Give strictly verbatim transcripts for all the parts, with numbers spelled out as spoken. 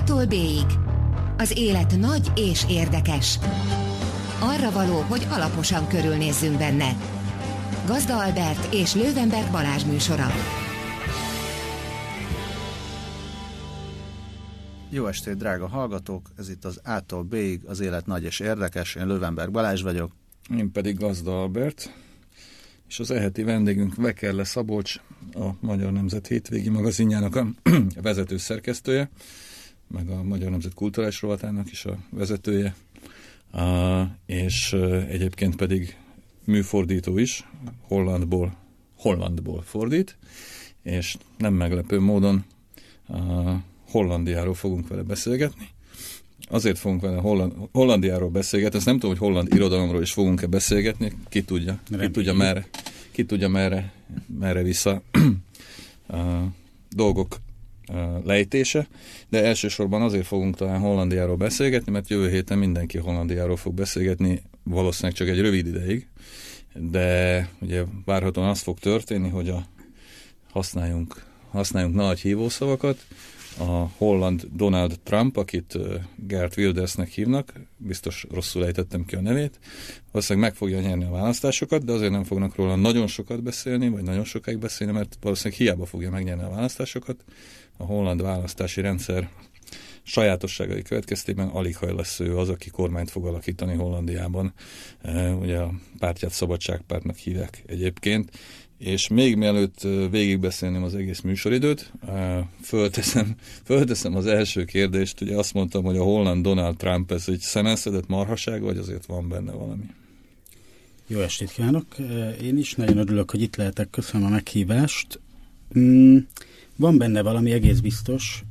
A-tól B-ig. Az élet nagy és érdekes. Arra való, hogy alaposan körülnézzünk benne. Gazda Albert és Löwenberg Balázs műsora. Jó estét, drága hallgatók! Ez itt az A-tól B-ig, az élet nagy és érdekes. Én Löwenberg Balázs vagyok. Én pedig Gazda Albert. És az eheti vendégünk Vekerle Szabolcs, a Magyar Nemzet hétvégi magazinjának a vezető szerkesztője, meg a Magyar Nemzet kulturális rovatának is a vezetője, uh, és uh, egyébként pedig műfordító is, hollandból, hollandból fordít, és nem meglepő módon uh, Hollandiáról fogunk vele beszélgetni. Azért fogunk vele Holland, Hollandiáról beszélgetni, ezt nem tudom, hogy holland irodalomról is fogunk-e beszélgetni, ki tudja, ki tudja merre, ki tudja merre, merre vissza a dolgok lejtése, de elsősorban azért fogunk talán Hollandiáról beszélgetni, mert jövő héten mindenki Hollandiáról fog beszélgetni, valószínűleg csak egy rövid ideig, de ugye várhatóan az fog történni, hogy a, használjunk, használjunk nagy hívószavakat. A holland Donald Trump, akit Geert Wildersnek hívnak, biztos rosszul ejtettem ki a nevét, valószínűleg meg fogja nyerni a választásokat, de azért nem fognak róla nagyon sokat beszélni, vagy nagyon sokáig beszélni, mert valószínűleg hiába fogja megnyerni a választásokat. A holland választási rendszer sajátosságai következtében aligha lesz ő az, aki kormányt fog alakítani Hollandiában. Ugye a pártját Szabadságpártnak hívják egyébként. És még mielőtt végigbeszélném az egész műsoridőt, fölteszem, fölteszem az első kérdést. Ugye azt mondtam, hogy a holland Donald Trump, ez egy szemenszedett marhaság, vagy azért van benne valami? Jó estét kívánok! Én is nagyon örülök, hogy itt lehetek. Köszönöm a meghívást. Van benne valami, egész biztos.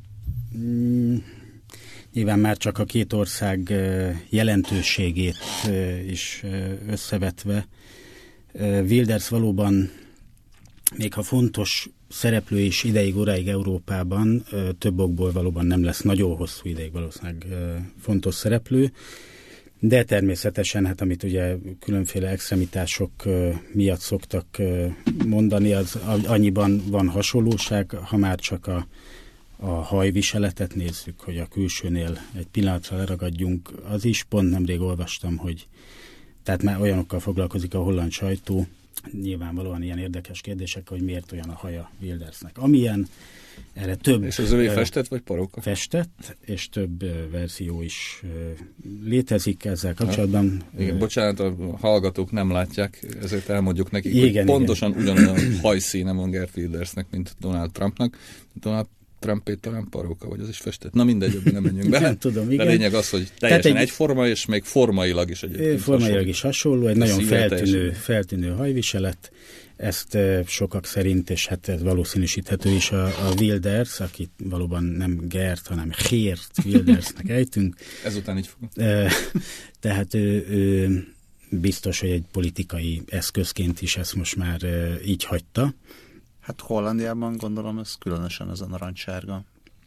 Nyilván már csak a két ország jelentőségét is összevetve. Wilders valóban, még ha fontos szereplő is ideig, óráig Európában, több okból valóban nem lesz nagyon hosszú ideig valószínűleg fontos szereplő, de természetesen, hát amit ugye különféle extremitások miatt szoktak mondani, az annyiban van hasonlóság, ha már csak a, a hajviseletet nézzük, hogy a külsőnél egy pillanatra leragadjunk, az is pont nemrég olvastam, hogy tehát már olyanokkal foglalkozik a holland sajtó, nyilvánvalóan ilyen érdekes kérdések, hogy miért olyan a haja Wildersnek. Amilyen, erre több... És az övé festett, vagy paróka? Festett, és több verzió is létezik ezzel kapcsolatban. Ha, igen, bocsánat, a hallgatók nem látják, ezért elmondjuk nekik, igen, hogy pontosan igen. Ugyanolyan hajszíne van Geert Wildersnek, mint Donald Trumpnak. Donald Trumpét talán paróka, vagy az is festett. Na mindegy, ebben nem menjünk bele. Nem tudom, igen. De lényeg az, hogy teljesen egy, egyforma, és még formailag is egyébként formailag hasonló. is hasonló, egy nagyon feltűnő, feltűnő hajviselet. Ezt e, sokak szerint, és hát ez valószínűsíthető is a, a Wilders, akit valóban nem Geert, hanem Geert Wildersnek ejtünk. Ezután így fogom. E, tehát ő, ő biztos, hogy egy politikai eszközként is ezt most már e, így hagyta. Hát Hollandiában gondolom ez különösen ez a narancssárga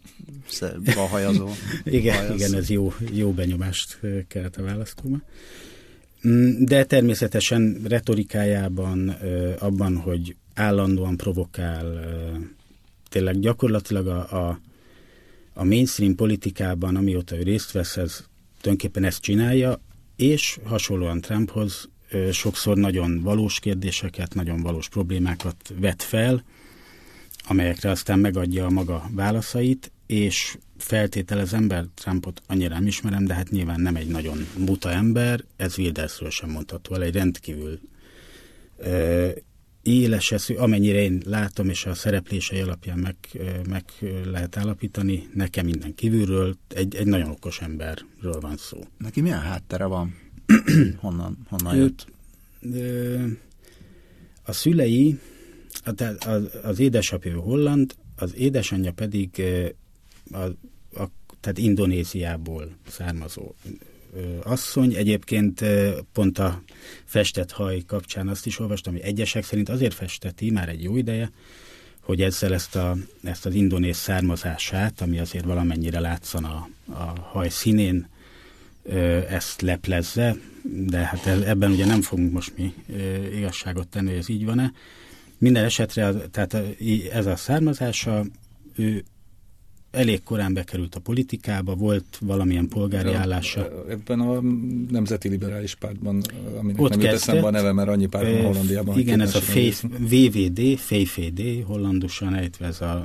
hajazó. igen, hajaz. igen, ez jó, jó benyomást kelt a választóban. De természetesen retorikájában, abban, hogy állandóan provokál, tényleg gyakorlatilag a, a, a mainstream politikában, amióta ő részt vesz, ez tulajdonképpen ezt csinálja, és hasonlóan Trumphoz sokszor nagyon valós kérdéseket, nagyon valós problémákat vet fel, amelyekre aztán megadja a maga válaszait, és feltételezem, bár Trumpot annyira nem ismerem, de hát nyilván nem egy nagyon buta ember, ez Wildersről sem mondható el, egy rendkívül ö, éles eszű, amennyire én látom, és a szereplései alapján meg, meg lehet állapítani, nekem minden kívülről egy, egy nagyon okos emberről van szó. Neki milyen háttere van? honnan, honnan jött? A szülei, az, az édesapja holland, az édesanyja pedig a, a, tehát Indonéziából származó asszony. Egyébként pont a festett haj kapcsán azt is olvastam, hogy egyesek szerint azért festeti már egy jó ideje, hogy ezzel ezt, a, ezt az indonéz származását, ami azért valamennyire látszan a, a haj színén, ezt leplezze, de hát ebben ugye nem fogunk most mi igazságot tenni, hogy ez így van-e. Minden esetre, tehát ez a származása, ő elég korán bekerült a politikába, volt valamilyen polgári ja, állása. Ebben a Nemzeti Liberális Pártban, aminek ott nem jut eszembe a neve, mert annyi párt van Hollandiában. Igen, ez a vé vé dé, vé vé dé, hollandusan ejtve ez a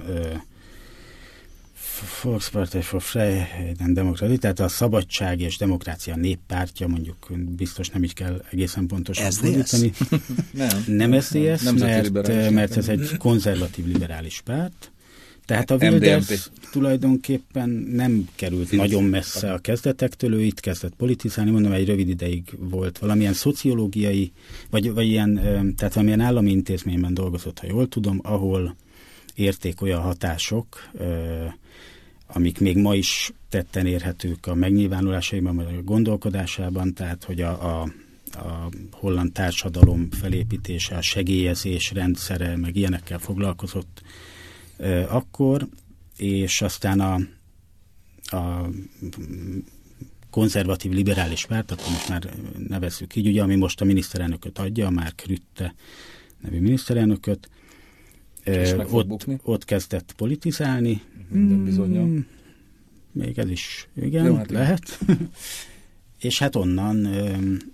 Volkspartij voor Vrijheid en Democratie, tehát a Szabadság és Demokrácia Néppártja, mondjuk biztos nem így kell egészen pontosan fordítani. nem, nem es dé es, mert, mert ez egy konzervatív liberális párt. Tehát a Wilders tulajdonképpen nem került Fidesz. Nagyon messze a kezdetektől, ő itt kezdett politizálni, mondom, egy rövid ideig volt valamilyen szociológiai, vagy, vagy ilyen, tehát valamilyen állami intézményben dolgozott, ha jól tudom, ahol érték olyan hatások, amik még ma is tetten érhetők a megnyilvánulásaiban, vagy a gondolkodásában, tehát hogy a, a, a holland társadalom felépítése, a segélyezés rendszere, meg ilyenekkel foglalkozott e, akkor, és aztán a, a konzervatív liberális párt, akkor most már nevezzük így, ugye, ami most a miniszterelnököt adja, a Mark Rutte nevű miniszterelnököt, e, ott, ott kezdett politizálni. Minden bizonnyal. Hmm, még ez is, igen, jó, hát lehet. És hát onnan ö,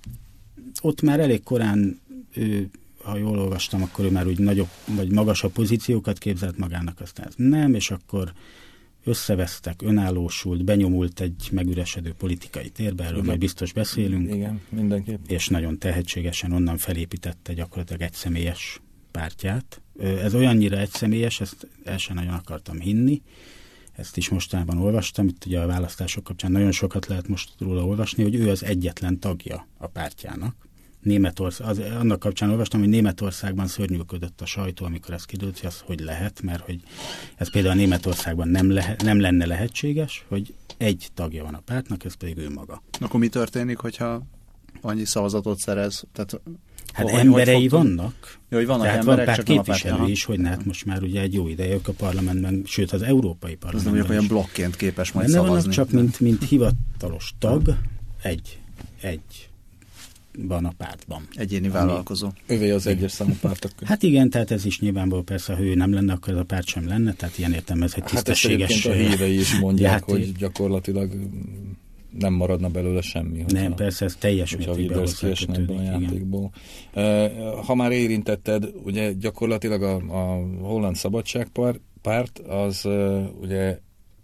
ott már elég korán, ő, ha jól olvastam, akkor ő már úgy nagyobb, vagy magasabb pozíciókat képzelt magának, aztán nem, és akkor összevesztek, önállósult, benyomult egy megüresedő politikai térbe, erről majd biztos beszélünk. Igen, mindenképp. És nagyon tehetségesen onnan felépítette gyakorlatilag egyszemélyes pártját. Ez olyannyira egyszemélyes, ezt el sem nagyon akartam hinni. Ezt is mostanában olvastam, itt ugye a választások kapcsán nagyon sokat lehet most róla olvasni, hogy ő az egyetlen tagja a pártjának. Németország, az, annak kapcsán olvastam, hogy Németországban szörnyűködött a sajtó, amikor ez kiderült, hogy az hogy lehet, mert hogy ez például Németországban nem, lehe, nem lenne lehetséges, hogy egy tagja van a pártnak, ez pedig ő maga. Akkor mi történik, hogyha annyi szavazatot szerez? Tehát hát hogy, emberei hogy vannak. Jó, hogy vannak tehát emberek, van csak képviselő nem a is, hogy hát most már ugye egy jó ideje a parlamentben, sőt az Európai Parlamentben. Az nem olyan blokként képes majd benne szavazni. Vannak csak mint, mint hivatalos tag, egy, egy van a pártban. Egyéni vállalkozó. Övé az egyes számú pártok. Hát igen, tehát ez is nyilvánból persze, ha ő nem lenne, akkor ez a párt sem lenne, tehát ilyen értem ez egy tisztességes... Hát ezt a hívei is mondják, játék. Hogy gyakorlatilag nem maradna belőle semmi. Hogyha, nem, persze ez teljes mértékben hozzákötődik. A játékból. Ha már érintetted, ugye gyakorlatilag a, a Holland Szabadságpárt az ugye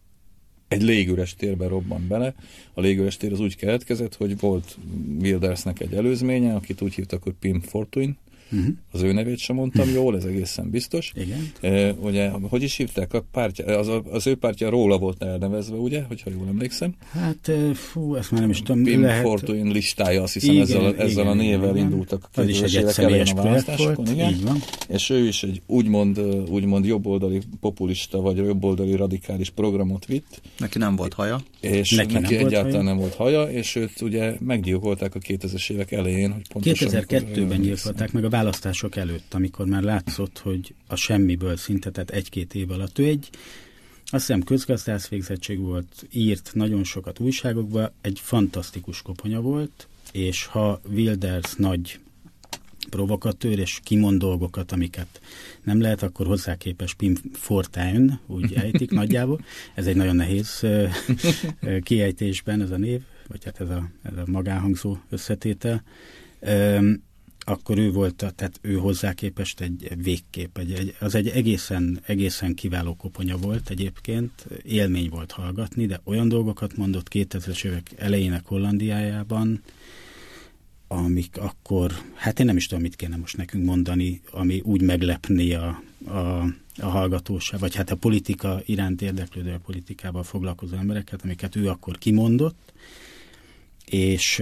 egy légüres térbe robban bele. A légüres tér az úgy keletkezett, hogy volt Wildersnek egy előzménye, akit úgy hívtak, hogy Pim Fortuyn. Uh-huh. Az ő nevét sem mondtam jól, ez egészen biztos. Igen. E, ugye, hogy is hívták a pártja? Az, az ő pártja róla volt elnevezve, ugye? Hogyha jól emlékszem. Hát, fú, ezt már nem is tudom. Pim lehet... Fortuyn listája, azt hiszem, igen, ezzel, a, ezzel igen, a névvel igen. indultak a kétezres évek elején a választásokon. Igen. Így van. És ő is egy úgymond, úgymond jobboldali populista, vagy jobboldali radikális programot vitt. Neki nem volt haja. És neki, neki nem egyáltalán haja. nem volt haja, és őt ugye meggyilkolták a kétezres évek elején. Hogy kétezer-kettőben gyilkolták meg a választások előtt, amikor már látszott, hogy a semmiből szinte, tehát egy-két év alatt. Ő egy, azt hiszem, közgazdász végzettség volt, írt nagyon sokat újságokba, egy fantasztikus koponya volt, és ha Wilders nagy provokatőr, és kimond dolgokat, amiket nem lehet, akkor hozzá képes Pim Fortuyn, úgy ejtik nagyjából. Ez egy nagyon nehéz kiejtésben ez a név, vagy hát ez a, ez a magánhangzó összetétel. Akkor ő volt, tehát ő hozzá képest egy végkép. Egy, egy, az egy egészen, egészen kiváló koponya volt egyébként, élmény volt hallgatni, de olyan dolgokat mondott kétezres évek elejének Hollandiájában, amik akkor, hát én nem is tudom, mit kéne most nekünk mondani, ami úgy meglepné a, a, a hallgatóság, vagy hát a politika iránt érdeklődő, a politikával foglalkozó embereket, amiket ő akkor kimondott, és...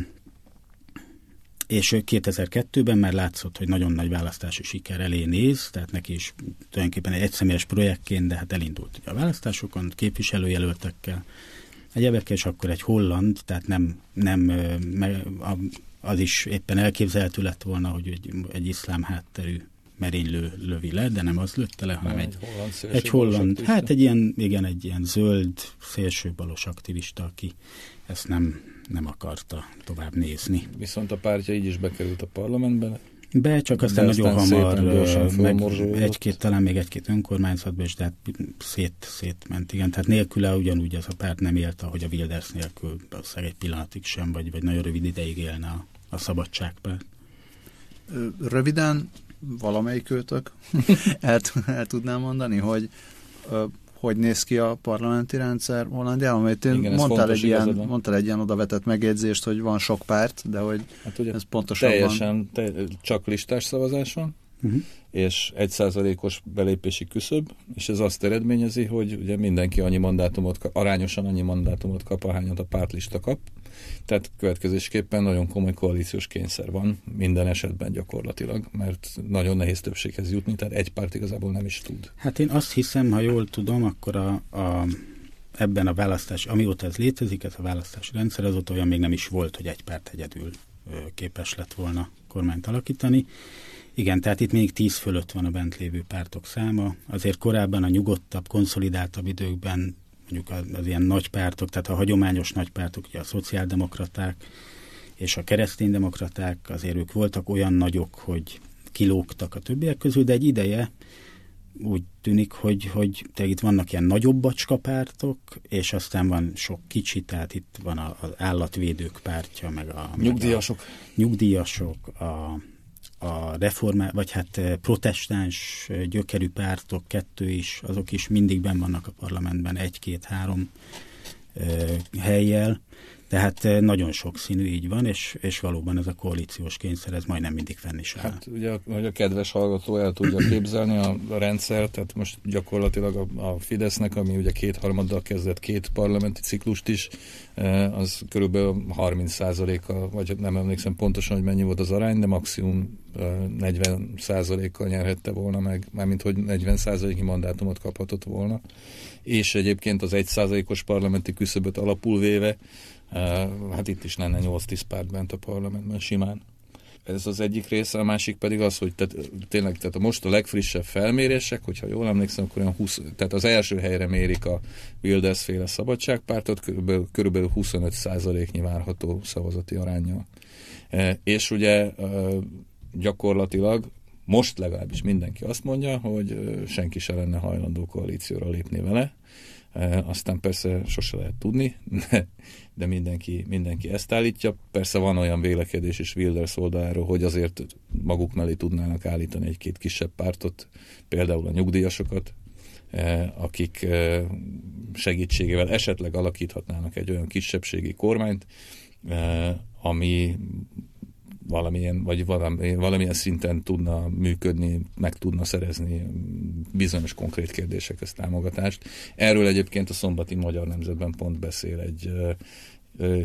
és kétezer-kettőben már látszott, hogy nagyon nagy választási siker elé néz, tehát neki is tulajdonképpen egy egyszemélyes projektként, de hát elindult ugye a választásokon, képviselőjelöltekkel, egyebekkel, és akkor egy holland, tehát nem, nem az is éppen elképzelhető lett volna, hogy egy, egy iszlám hátterű merénylő lövi le, de nem az lőtte le, hanem egy, egy holland, egy holland hát egy ilyen, igen, egy ilyen zöld, szélsőbalos aktivista, aki ezt nem nem akarta tovább nézni. Viszont a pártja így is bekerült a parlamentbe. Be, csak aztán de nagyon aztán hamar, meg egy-két, talán még egy-két önkormányzatban is, tehát szét, szétment, igen. Tehát nélküle ugyanúgy az a párt nem élt, ahogy a Wilders nélkül valószínűleg egy pillanatig sem, vagy, vagy nagyon rövid ideig élne a, a szabadságpárt. Röviden valamelyik őtök el, el tudnám mondani, hogy hogy néz ki a parlamenti rendszer Hollandiában, mert én igen, mondtál, egy ilyen, mondtál egy ilyen odavetett megjegyzést, hogy van sok párt, de hogy hát ugye ez pontosan teljesen te, csak listás szavazás van, uh-huh. és egy százalékos belépési küszöb, és ez azt eredményezi, hogy ugye mindenki annyi mandátumot kap, arányosan annyi mandátumot kap, ahányat a pártlista kap. Tehát következésképpen nagyon komoly koalíciós kényszer van minden esetben gyakorlatilag, mert nagyon nehéz többséghez jutni, tehát egy párt igazából nem is tud. Hát én azt hiszem, ha jól tudom, akkor a, a, ebben a választás, amióta ez létezik, ez a választási rendszer, azóta olyan még nem is volt, hogy egy párt egyedül képes lett volna kormányt alakítani. Igen, tehát itt még tíz fölött van a bent lévő pártok száma. Azért korábban a nyugodtabb, konszolidáltabb időkben mondjuk az, az ilyen nagy pártok, tehát a hagyományos nagy pártok, ugye a szociáldemokraták és a kereszténydemokraták, azért ők voltak olyan nagyok, hogy kilógtak a többiek közül, de egy ideje úgy tűnik, hogy, hogy itt vannak ilyen nagyobb bacskapártok, és aztán van sok kicsi, tehát itt van az állatvédők pártja, meg a nyugdíjasok, meg a nyugdíjasok, a a reformá, vagy hát protestáns gyökerű pártok, kettő is, azok is mindig benn vannak a parlamentben egy-két-három helyjel, tehát nagyon sokszínű így van, és, és valóban ez a koalíciós kényszer, ez majdnem mindig fenn is áll. Hát ugye, hogy a kedves hallgató el tudja képzelni a, a rendszer, tehát most gyakorlatilag a, a Fidesznek, ami ugye kétharmaddal kezdett két parlamenti ciklust is, az körülbelül harminc százaléka, vagy nem emlékszem pontosan, hogy mennyi volt az arány, de maximum negyven százalékkal nyerhette volna meg, mármint hogy negyven százaléknyi mandátumot kaphatott volna. És egyébként az egy százalékos parlamenti küszöböt alapul véve, hát itt is lenne nyolc-tíz párt bent a parlamentben simán. Ez az egyik része, a másik pedig az, hogy tehát, tényleg tehát most a legfrissebb felmérések, hogyha jól emlékszem, akkor olyan húsz, tehát az első helyre mérik a Wilders-féle szabadságpártot, körülbelül, körülbelül huszonöt százaléknyi várható szavazati aránnyal. E, és ugye e, gyakorlatilag most legalábbis mindenki azt mondja, hogy senki se lenne hajlandó koalícióra lépni vele. E, aztán persze sose lehet tudni, de, de mindenki, mindenki ezt állítja. Persze van olyan vélekedés is Wilders oldaláról, hogy azért maguk mellé tudnának állítani egy-két kisebb pártot, például a nyugdíjasokat, e, akik e, segítségével esetleg alakíthatnának egy olyan kisebbségi kormányt, e, ami valamilyen, vagy valami, valamilyen szinten tudna működni, meg tudna szerezni bizonyos konkrét kérdésekhez támogatást. Erről egyébként a szombati Magyar Nemzetben pont beszél egy ö, ö,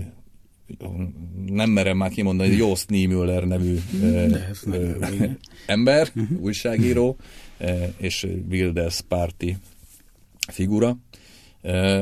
nem merem már kimondani, Jost Niemöller nevű ö, ö, ember, újságíró, ö, és Wilders párti figura. Ö,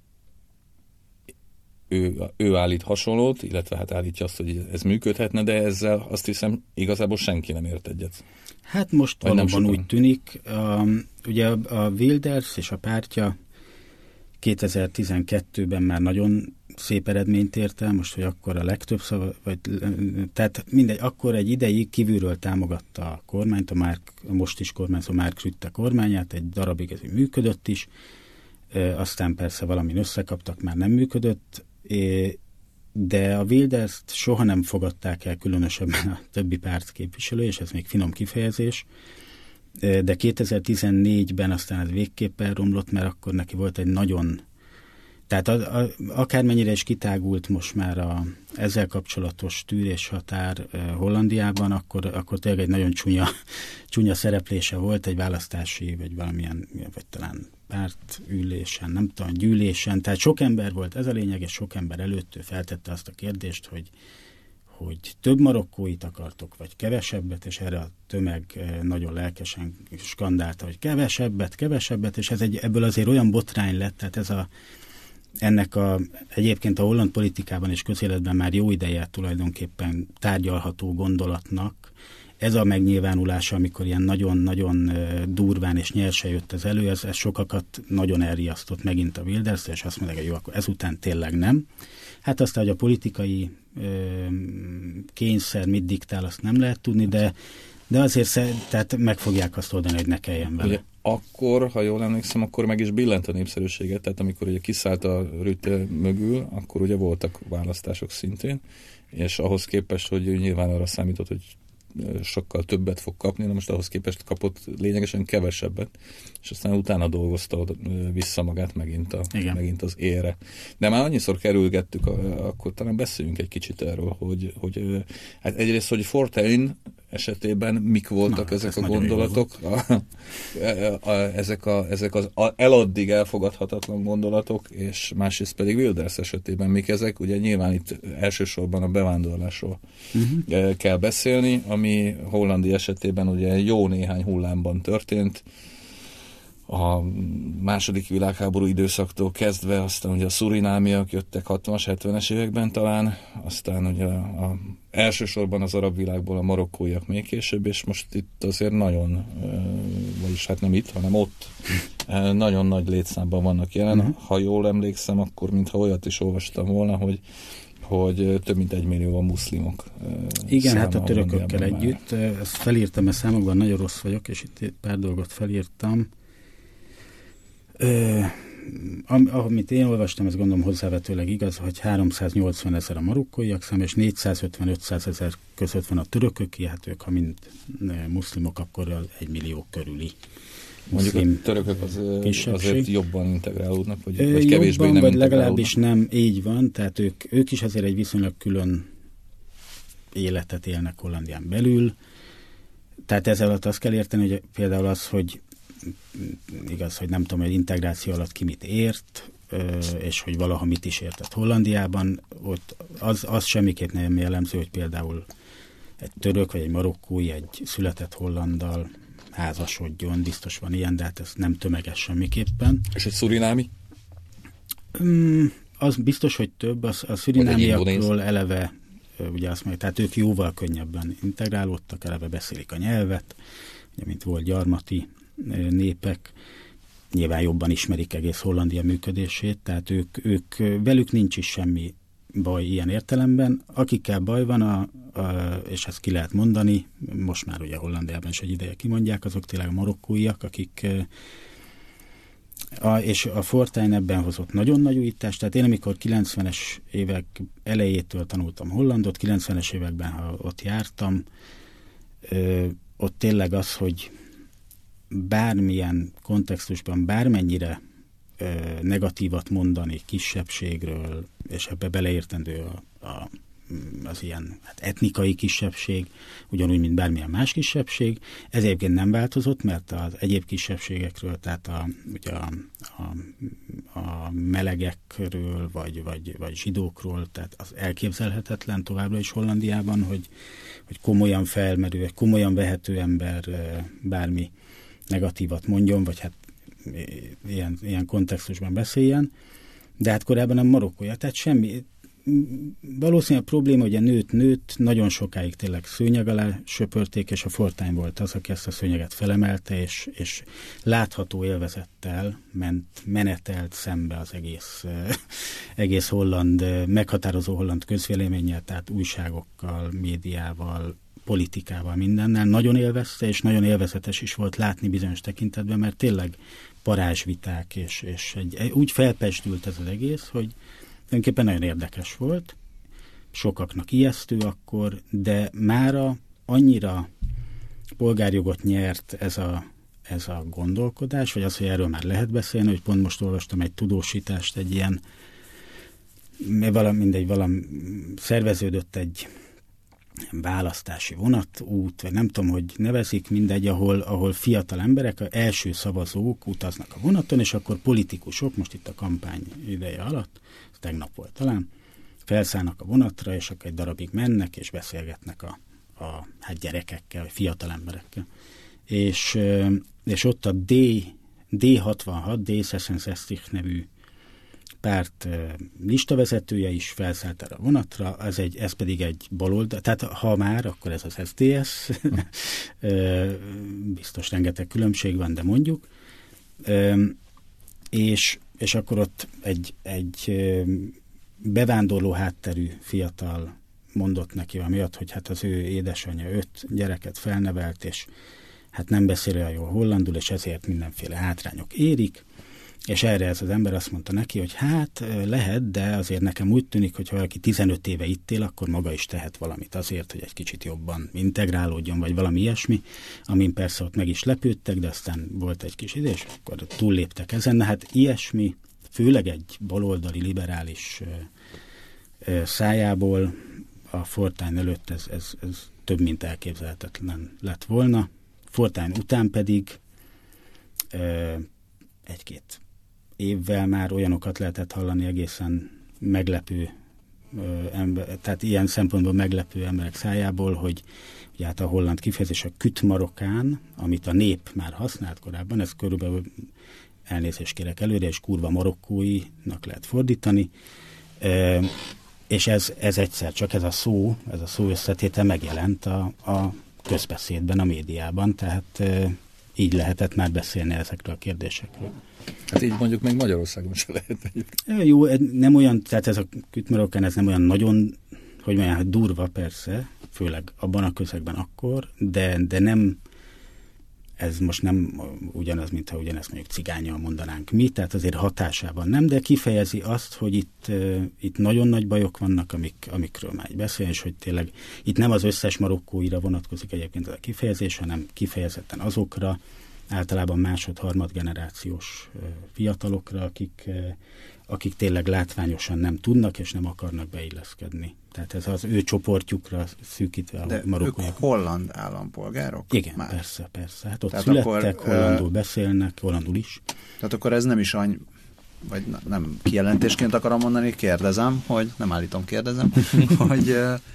Ő, ő állít hasonlót, illetve hát állítja azt, hogy ez működhetne, de ezzel azt hiszem igazából senki nem ért egyet. Hát most vagy valóban úgy tűnik. Um, ugye a, a Wilders és a pártja kétezer-tizenkettőben már nagyon szép eredményt ért el, most, hogy akkor a legtöbb szava, vagy, tehát mindegy, akkor egy ideig kívülről támogatta a kormányt, a, Mark, a most is kormányzó Mark Rutte kormányát, egy darabig ez működött is, e, aztán persze valamin összekaptak, már nem működött, de a Wilders-t soha nem fogadták el különösebben a többi párt képviselő, és ez még finom kifejezés, de kétezer-tizennégyben aztán ez végképp elromlott, mert akkor neki volt egy nagyon, tehát a, a, akármennyire is kitágult most már a, ezzel kapcsolatos tűréshatár Hollandiában, akkor, akkor tényleg egy nagyon csúnya, csúnya szereplése volt egy választási, vagy valamilyen, vagy talán pártülésen, nem tudom, gyűlésen, tehát sok ember volt, ez a lényeg, és sok ember előtt ő feltette azt a kérdést, hogy, hogy több marokkóit akartok, vagy kevesebbet, és erre a tömeg nagyon lelkesen skandálta, hogy kevesebbet, kevesebbet, és ez egy, ebből azért olyan botrány lett, tehát ez a, ennek a, egyébként a holland politikában és közéletben már jó ideje tulajdonképpen tárgyalható gondolatnak ez a megnyilvánulása, amikor ilyen nagyon-nagyon durván és nyersen jött ez elő, ez, ez sokakat nagyon elriasztott megint a Wilders, és azt mondják, hogy jó, akkor ezután tényleg nem. Hát aztán, hogy a politikai ö, kényszer mit diktál, azt nem lehet tudni, de, de azért tehát meg fogják azt oldani, hogy ne kelljen vele. Ugye, akkor, ha jól emlékszem, akkor meg is billent a népszerűséget, tehát amikor ugye kiszállt a Rütte mögül, akkor ugye voltak választások szintén, és ahhoz képest, hogy ő nyilván arra számított, hogy sokkal többet fog kapni, de most ahhoz képest kapott lényegesen kevesebbet, és aztán utána dolgozta vissza magát megint, a, megint az ére. De már annyiszor kerülgettük, akkor talán beszéljünk egy kicsit erről, hogy, hogy hát egyrészt, hogy Fortuyn esetében mik voltak Na, ezek a gondolatok, a, a, a, ezek, a, ezek az a, eladdig elfogadhatatlan gondolatok, és másrészt pedig Wilders esetében mik ezek. Ugye nyilván itt elsősorban a bevándorlásról uh-huh. kell beszélni, ami Hollandia esetében ugye jó néhány hullámban történt. A második világháború időszaktól kezdve, aztán ugye a szurinámiak jöttek hatvanas, hetvenes években talán, aztán ugye a, a, elsősorban az arab világból a marokkóiak még később, és most itt azért nagyon, vagyis hát nem itt, hanem ott nagyon nagy létszámban vannak jelen. Uh-huh. Ha jól emlékszem, akkor mintha olyat is olvastam volna, hogy hogy több mint egy millió a muszlimok. Igen, hát a törökökkel együtt. Ezt felírtam, mert számokban nagyon rossz vagyok, és itt pár dolgot felírtam. Ö, amit én olvastam, ez gondolom hozzávetőleg igaz, hogy háromszáznyolcvan ezer a marokkóiak szám, és négyszázötven-ötszáz ezer között van a törököké, hát ők, ha mind muszlimok, akkor egy millió körüli. Mondjuk a törökök az, azért jobban integrálódnak, vagy, Ö, vagy kevésbé jobban, nem vagy legalábbis nem, így van, tehát ők, ők is azért egy viszonylag külön életet élnek Hollandián belül. Tehát ezzel alatt azt kell érteni, hogy például az, hogy igaz, hogy nem tudom, hogy integráció alatt ki mit ért, és hogy valaha mit is értett Hollandiában, ott az, az semmiképp nem jellemző, hogy például egy török vagy egy marokkói egy született hollanddal házasodjon, biztos van ilyen, de hát ez nem tömeges semmiképpen. És egy szurinámi? Um, az biztos, hogy több, az, a szurinámiakról eleve, ugye azt mondja, tehát ők jóval könnyebben integrálódtak, eleve beszélik a nyelvet, ugye, mint volt gyarmati népek, nyilván jobban ismerik egész Hollandia működését, tehát ők, ők velük nincs is semmi baj ilyen értelemben. Akikkel baj van, a, a, és ezt ki lehet mondani, most már ugye Hollandiában is egy ideje kimondják, azok tényleg a marokkóiak, akik a, és a Fortuyn ebben hozott nagyon nagy újítást, tehát én amikor kilencvenes évek elejétől tanultam hollandot, kilencvenes években, ha ott jártam, ö, ott tényleg az, hogy bármilyen kontextusban, bármennyire ö, negatívat mondani kisebbségről, és ebbe beleértendő a, a, az ilyen hát etnikai kisebbség, ugyanúgy, mint bármilyen más kisebbség. Ez egyébként nem változott, mert az egyéb kisebbségekről, tehát a, ugye a, a, a melegekről, vagy, vagy, vagy zsidókról, tehát az elképzelhetetlen továbbra is Hollandiában, hogy, hogy komolyan felmerül, komolyan vehető ember bármi negatívat mondjon, vagy hát ilyen, ilyen kontextusban beszéljen, de hát korábban a marokkója, tehát semmi, valószínűleg a probléma, hogy a nőt nőtt, nagyon sokáig tényleg szőnyeg alá söpörték, és a Fortuyn volt az, aki ezt a szőnyeget felemelte, és, és látható élvezettel ment, menetelt szembe az egész, egész holland, meghatározó holland közvéleménnyel, tehát újságokkal, médiával, politikával, mindennel. Nagyon élvezte, és nagyon élvezetes is volt látni bizonyos tekintetben, mert tényleg parázsviták, és, és egy, úgy felpesdült ez az egész, hogy tulajdonképpen nagyon érdekes volt, sokaknak ijesztő akkor, de mára annyira polgárjogot nyert ez a, ez a gondolkodás, vagy az, hogy erről már lehet beszélni, hogy pont most olvastam egy tudósítást, egy ilyen, valami, mindegy, valami szerveződött egy választási vonatút, vagy nem tudom, hogy nevezik, mindegy, ahol, ahol fiatal emberek, az első szavazók utaznak a vonaton, és akkor politikusok, most itt a kampány ideje alatt, tegnap volt talán, felszállnak a vonatra, és akkor egy darabig mennek, és beszélgetnek a, a hát gyerekekkel, vagy fiatal emberekkel. És, és ott a D, D hatvanhat, D szesenszesztik nevű párt listavezetője is felszállt erre a vonatra, ez, egy, ez pedig egy baloldal, tehát ha már, akkor ez az es zé dé es, biztos rengeteg különbség van, de mondjuk, és, és akkor ott egy, egy bevándorló hátterű fiatal mondott neki amiatt, hogy hát az ő édesanyja öt gyereket felnevelt, és hát nem beszél olyan jól hollandul, és ezért mindenféle hátrányok érik, és erre ez az ember azt mondta neki, hogy hát lehet, de azért nekem úgy tűnik, hogy ha valaki tizenöt éve itt él, akkor maga is tehet valamit azért, hogy egy kicsit jobban integrálódjon, vagy valami ilyesmi, amin persze ott meg is lepődtek, de aztán volt egy kis idő, és akkor túlléptek ezen. Hát ilyesmi, főleg egy baloldali liberális szájából a Fortuyn előtt ez, ez, ez több mint elképzelhetetlen lett volna. Fortuyn után pedig egy-két évvel már olyanokat lehetett hallani egészen meglepő ember, tehát ilyen szempontból meglepő emberek szájából, hogy ugye hát a holland kifejezés a kütmarokán, amit a nép már használt korábban, ez körülbelül elnézést kérek előre, és kurva marokkóinak lehet fordítani, e, és ez, ez egyszer csak ez a szó, ez a szó összetétel megjelent a, a közbeszédben, a médiában, tehát e, így lehetett már beszélni ezekről a kérdésekről. Hát így mondjuk még Magyarországon se lehet. Jó, nem olyan, tehát ez a kütmarokán, ez nem olyan nagyon, hogy mondjam, hát durva persze, főleg abban a közegben akkor, de, de nem, ez most nem ugyanaz, mint ha ugyanezt mondjuk cigánnyal mondanánk mi, tehát azért hatásában nem, de kifejezi azt, hogy itt, itt nagyon nagy bajok vannak, amik, amikről már így beszél, és hogy tényleg itt nem az összes marokkóira vonatkozik egyébként ez a kifejezés, hanem kifejezetten azokra, általában másod-harmad generációs fiatalokra, akik, akik tényleg látványosan nem tudnak és nem akarnak beilleszkedni. Tehát ez az ő csoportjukra szűkítve a marokkóiak. Ők holland állampolgárok? Igen, már. persze, persze. Hát ott tehát születtek, akkor, hollandul beszélnek, hollandul is. Tehát akkor ez nem is annyi, vagy nem kijelentésként akarom mondani, kérdezem, hogy nem állítom, kérdezem, hogy,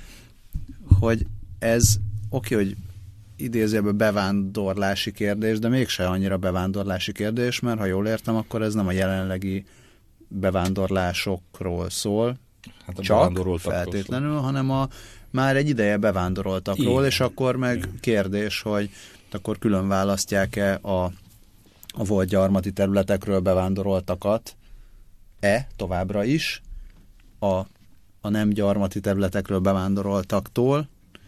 hogy ez oké, okay, hogy idézőjelben bevándorlási kérdés, de mégse annyira bevándorlási kérdés, mert ha jól értem, akkor ez nem a jelenlegi bevándorlásokról szól, hát csak feltétlenül, szól. hanem a már egy ideje bevándoroltakról, igen, és akkor meg igen. kérdés, hogy akkor külön választják-e a, a volt gyarmati területekről bevándoroltakat e továbbra is a, a nem gyarmati területekről bevándoroltaktól,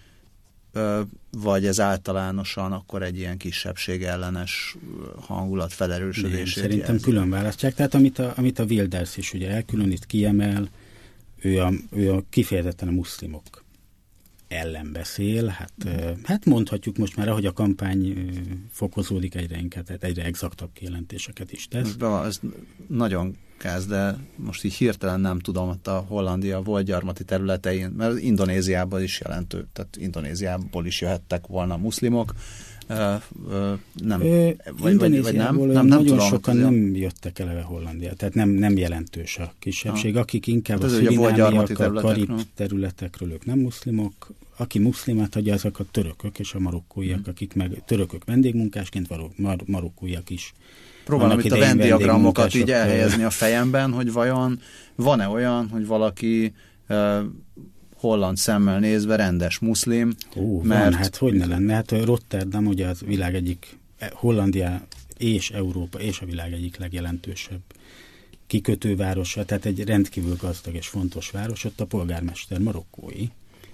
vagy ez általánosan akkor egy ilyen kisebbség ellenes hangulat felerősödését. Szerintem jelzi. Külön választják. Tehát amit a, amit a Wilders is ugye elkülönít, kiemel, ő a, ő a kifejezetten a muszlimok ellen beszél. Hát, mm. hát mondhatjuk most már, ahogy a kampány fokozódik egyre inkább, tehát egyre exaktabb kijelentéseket is tesz. Ez nagyon káz, de most így hirtelen nem tudom, ott a Hollandia volt gyarmati területein, mert Indonéziában is jelentő, tehát Indonéziából is jöhettek volna muszlimok. Uh, uh, nem, Ö, vagy, vagy, vagy nem, nem, nem nagyon tudom, sokan nem jöttek eleve Hollandia, tehát nem, nem jelentős a kisebbség. Ha. Akik inkább hát a szurinámiak, a karib területekről, ők nem muszlimok. Aki muszlimát adja, azok a törökök és a marokkóiak, hmm. akik meg törökök vendégmunkásként, mar- marokkóiak is. Próbálom itt a venn-diagramokat így elhelyezni a fejemben, hogy vajon van-e olyan, hogy valaki uh, holland szemmel nézve rendes muszlim. Ó, mert... van, hát hogy ne lenne? Hát Rotterdam ugye az világ egyik, Hollandia és Európa és a világ egyik legjelentősebb kikötővárosa, tehát egy rendkívül gazdag és fontos város, ott a polgármester marokkói.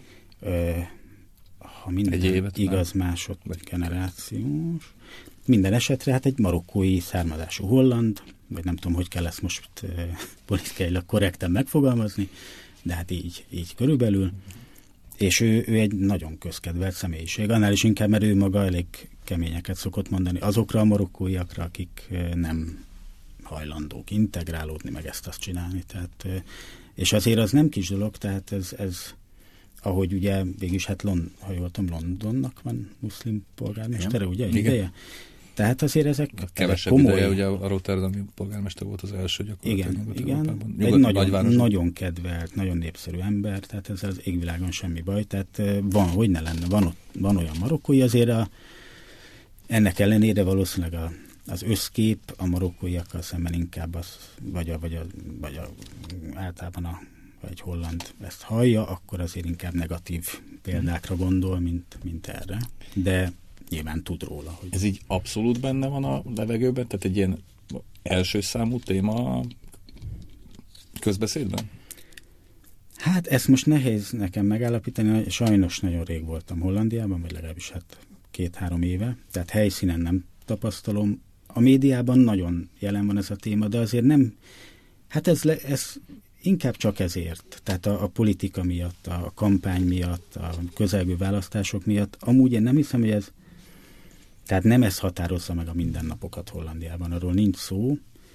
Ha minden igaz, másodgenerációs. Minden esetre hát egy marokkói származású holland, vagy nem tudom, hogy kell ezt most politikailag korrekten megfogalmazni, de hát így, így körülbelül. És ő, ő egy nagyon közkedvelt személyiség. Annál is inkább, mert ő maga elég keményeket szokott mondani azokra a marokkóiakra, akik nem hajlandók integrálódni, meg ezt-azt csinálni. Tehát, és azért az nem kis dolog, tehát ez, ez ahogy ugye végülis, hát Lond, ha jól tudom, Londonnak van muszlim polgármestere, ugye? Igen. Ideje? Tehát azért ezek kevesebb komoly... ideje, ugye a Rotterdami polgármester volt az első gyakorlatilag. Igen, igen. Egy nagyon, nagyon kedvelt, nagyon népszerű ember, tehát ez az égvilágon semmi baj, tehát van, hogy ne lenne, van, ott, van olyan marokkói, azért a, ennek ellenére valószínűleg a, az összkép a marokkóiakkal szemben inkább az, vagy, a, vagy, a, vagy a, általában a, egy holland ezt hallja, akkor azért inkább negatív példákra gondol, mint, mint erre. De nyilván tud róla. Hogy... Ez így abszolút benne van a levegőben? Tehát egy ilyen első számú téma a közbeszédben? Hát ezt most nehéz nekem megállapítani, sajnos nagyon rég voltam Hollandiában, vagy legalábbis hát két-három éve, tehát helyszínen nem tapasztalom. A médiában nagyon jelen van ez a téma, de azért nem, hát ez, le, ez inkább csak ezért, tehát a, a politika miatt, a kampány miatt, a közelgő választások miatt. Amúgy én nem hiszem, hogy ez, tehát nem ez határozza meg a mindennapokat Hollandiában, arról nincs szó.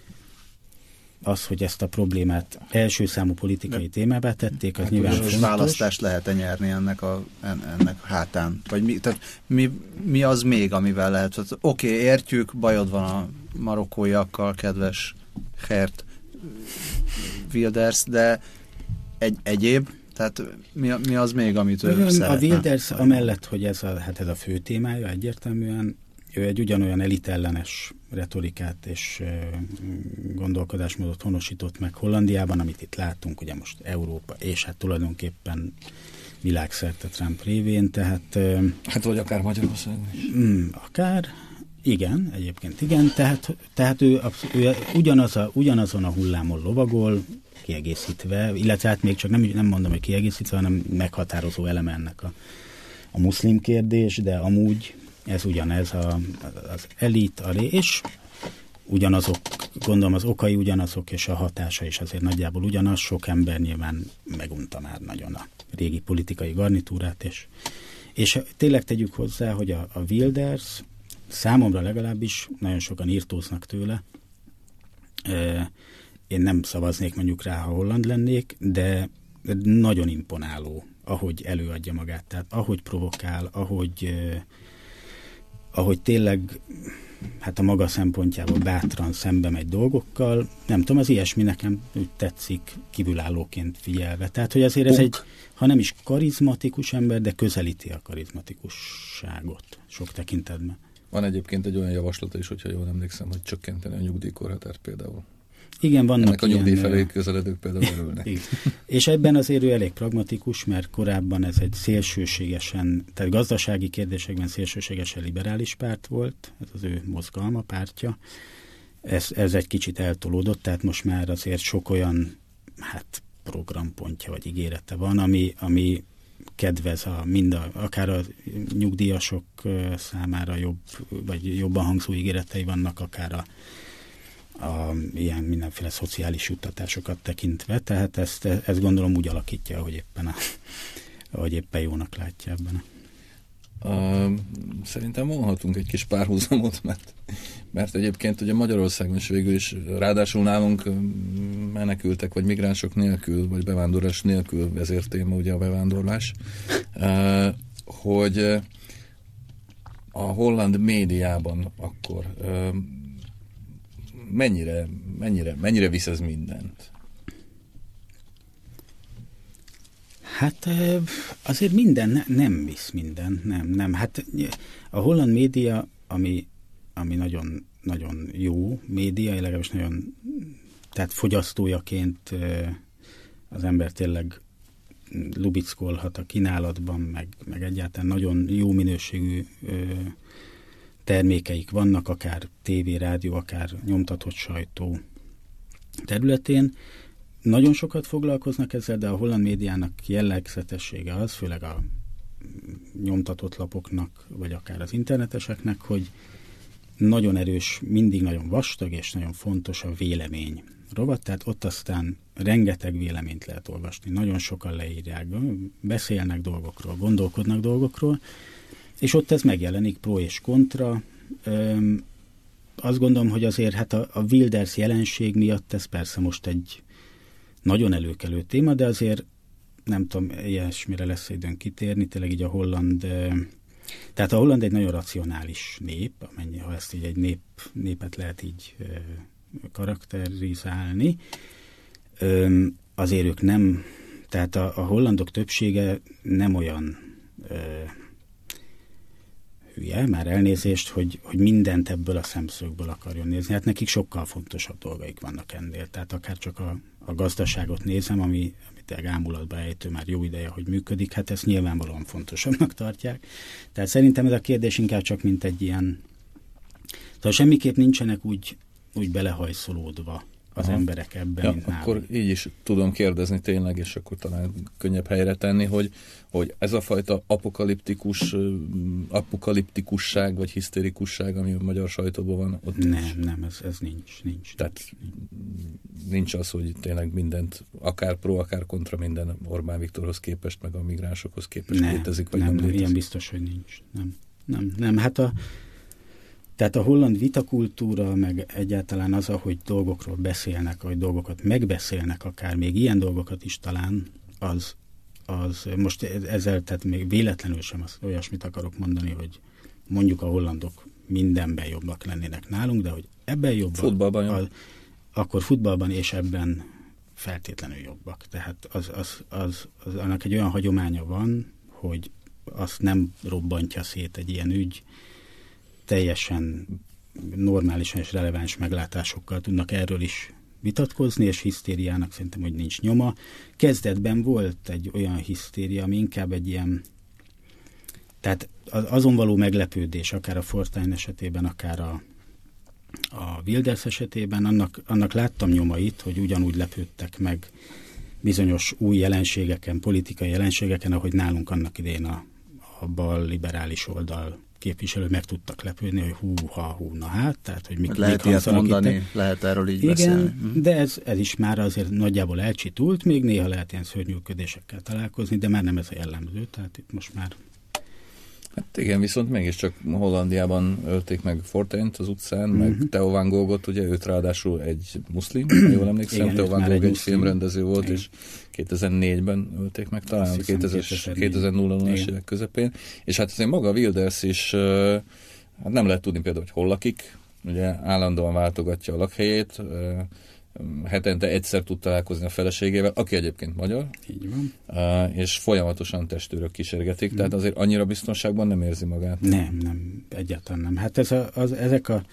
Az, hogy ezt a problémát első számú politikai témává tették, az hát nyilván fontos. Választást lehet-e nyerni ennek, a, ennek hátán? Vagy mi, tehát mi, mi az még, amivel lehet? Oké, okay, értjük, bajod van a marokkóiakkal, kedves Geert Wilders, de egy, egyéb? Tehát mi, mi az még, amit ő Ön, szeretne? A Wilders amellett, hogy ez a, hát ez a fő témája egyértelműen, ő egy ugyanolyan elitellenes retorikát és gondolkodásmódot honosított meg Hollandiában, amit itt látunk, ugye most Európa, és hát tulajdonképpen világszerte Trump révén, tehát... Hát vagy akár Magyarországon is. Mm, akár, igen, egyébként igen, tehát, tehát ő, ő ugyanaz a, ugyanazon a hullámon lovagol, kiegészítve, illetve hát még csak nem, nem mondom, hogy kiegészítve, hanem meghatározó eleme ennek a, a muszlim kérdés, de amúgy ez ugyanez a, az elit, a ré, és ugyanazok, gondolom az okai ugyanazok, és a hatása is azért nagyjából ugyanaz. Sok ember nyilván megunta már nagyon a régi politikai garnitúrát, és, és tényleg tegyük hozzá, hogy a, a Wilders számomra legalábbis nagyon sokan írtóznak tőle. Én nem szavaznék mondjuk rá, ha holland lennék, de nagyon imponáló, ahogy előadja magát, tehát ahogy provokál, ahogy ahogy tényleg hát a maga szempontjából bátran szembe megy dolgokkal, nem tudom, az ilyesmi nekem úgy tetszik kívülállóként figyelve. Tehát, hogy azért ez egy, ha nem is karizmatikus ember, de közelíti a karizmatikusságot sok tekintetben. Van egyébként egy olyan javaslata is, hogyha jól emlékszem, hogy csökkenteni a nyugdíjkorhatárt például. Igen, vannak ennek a nyugdíj ilyen, felé közeledők például örülnek. És ebben azért ő elég pragmatikus, mert korábban ez egy szélsőségesen, tehát gazdasági kérdésekben szélsőségesen liberális párt volt, ez az ő mozgalma, pártja. Ez, ez egy kicsit eltolódott, tehát most már azért sok olyan hát programpontja vagy ígérete van, ami, ami kedvez a, mind a, akár a nyugdíjasok számára jobb, vagy jobban hangzó ígéretei vannak, akár a A, ilyen mindenféle szociális juttatásokat tekintve, tehát ezt, ezt gondolom úgy alakítja, ahogy éppen, a, ahogy éppen jónak látja ebben. Uh, szerintem vonhatunk egy kis párhuzamot, mert, mert egyébként ugye Magyarországon is végül is, ráadásul nálunk menekültek, vagy migránsok nélkül, vagy bevándorlás nélkül vezértéma ugye a bevándorlás, uh, hogy a holland médiában akkor uh, Mennyire, mennyire, mennyire visz ez mindent? Hát azért minden ne, nem visz mindent, nem, nem. Hát a holland média, ami, ami nagyon, nagyon jó média, legalábbis nagyon, tehát fogyasztójaként az ember tényleg lubickolhat a kínálatban, meg, meg egyáltalán nagyon jó minőségű termékeik vannak, akár tévé, rádió, akár nyomtatott sajtó területén. Nagyon sokat foglalkoznak ezzel, de a holland médiának jellegzetessége az, főleg a nyomtatott lapoknak, vagy akár az interneteseknek, hogy nagyon erős, mindig nagyon vastag és nagyon fontos a vélemény rovat, tehát ott aztán rengeteg véleményt lehet olvasni. Nagyon sokan leírják, beszélnek dolgokról, gondolkodnak dolgokról, és ott ez megjelenik, pro és kontra. Öm, azt gondolom, hogy azért hát a, a Wilders jelenség miatt ez persze most egy nagyon előkelő téma, de azért nem tudom, ilyesmire lesz időn kitérni, tényleg így a holland, tehát a holland egy nagyon racionális nép, amennyi, ha ezt így egy nép, népet lehet így karakterizálni. Öm, azért ők nem, tehát a, a hollandok többsége nem olyan hülye, már elnézést, hogy, hogy mindent ebből a szemszögből akarjon nézni. Hát nekik sokkal fontosabb dolgaik vannak ennél. Tehát akár csak a, a gazdaságot nézem, ami, amit ámulatba ejtő már jó ideje, hogy működik, hát ezt nyilvánvalóan fontosabbnak tartják. Tehát szerintem ez a kérdés inkább csak mint egy ilyen... Tehát semmiképp nincsenek úgy, úgy belehajszolódva az Aha. emberek ebben, ja, mint akkor nálunk. Így is tudom kérdezni tényleg, és akkor talán könnyebb helyre tenni, hogy, hogy ez a fajta apokaliptikus, apokaliptikusság, vagy hisztérikusság, ami a magyar sajtóban van, ott Nem, nincs. nem, ez, ez nincs, nincs. Tehát nincs az, hogy tényleg mindent, akár pro, akár kontra minden Orbán Viktorhoz képest, meg a migránsokhoz képest nem, létezik, vagy nem, nem, nem létezik. ilyen biztos, hogy nincs. Nem, nem, nem. Hát a Tehát a holland vitakultúra, meg egyáltalán az, ahogy dolgokról beszélnek, ahogy dolgokat megbeszélnek, akár még ilyen dolgokat is talán, az, az most ezzel, tehát még véletlenül sem az, olyasmit akarok mondani, hogy mondjuk a hollandok mindenben jobbak lennének nálunk, de hogy ebben jobbak, futballban jobb. az, akkor futballban és ebben feltétlenül jobbak. Tehát az, az, az, az, annak egy olyan hagyománya van, hogy azt nem robbantja szét egy ilyen ügy, teljesen normálisan és releváns meglátásokkal tudnak erről is vitatkozni, és hisztériának szerintem, hogy nincs nyoma. Kezdetben volt egy olyan hisztéria, ami inkább egy ilyen, tehát azon való meglepődés, akár a Fortuyn esetében, akár a, a Wilders esetében, annak, annak láttam nyomait, hogy ugyanúgy lepődtek meg bizonyos új jelenségeken, politikai jelenségeken, ahogy nálunk annak idején a, a bal liberális oldal képviselő meg tudtak lepődni, hogy hú, ha, hú, na hát, tehát, hogy mik, lehet mik ilyet mondani, itt. lehet erről így Igen, beszélni. de ez, ez is már azért nagyjából elcsitult, még néha lehet ilyen szörnyűködésekkel találkozni, de már nem ez a jellemző, tehát itt most már... Hát igen, viszont mégiscsak Hollandiában ölték meg Fortunyt az utcán, uh-huh. meg Theo van Goghot, ugye őt ráadásul egy muszlim, ha jól emlékszem, igen, Theo van Gogh egy, egy filmrendező volt, igen. és kétezer-négyben ölték meg, talán kétezer-as évek közepén, és hát azért maga Wilders is, hát nem lehet tudni például, hogy hol lakik, ugye állandóan váltogatja a lakhelyét, hetente egyszer tud találkozni a feleségével, aki egyébként magyar, így van. És folyamatosan testőrök kísérgetik, mm. tehát azért annyira biztonságban nem érzi magát. Nem, nem, egyáltalán nem. Hát ez a, az, ezek a,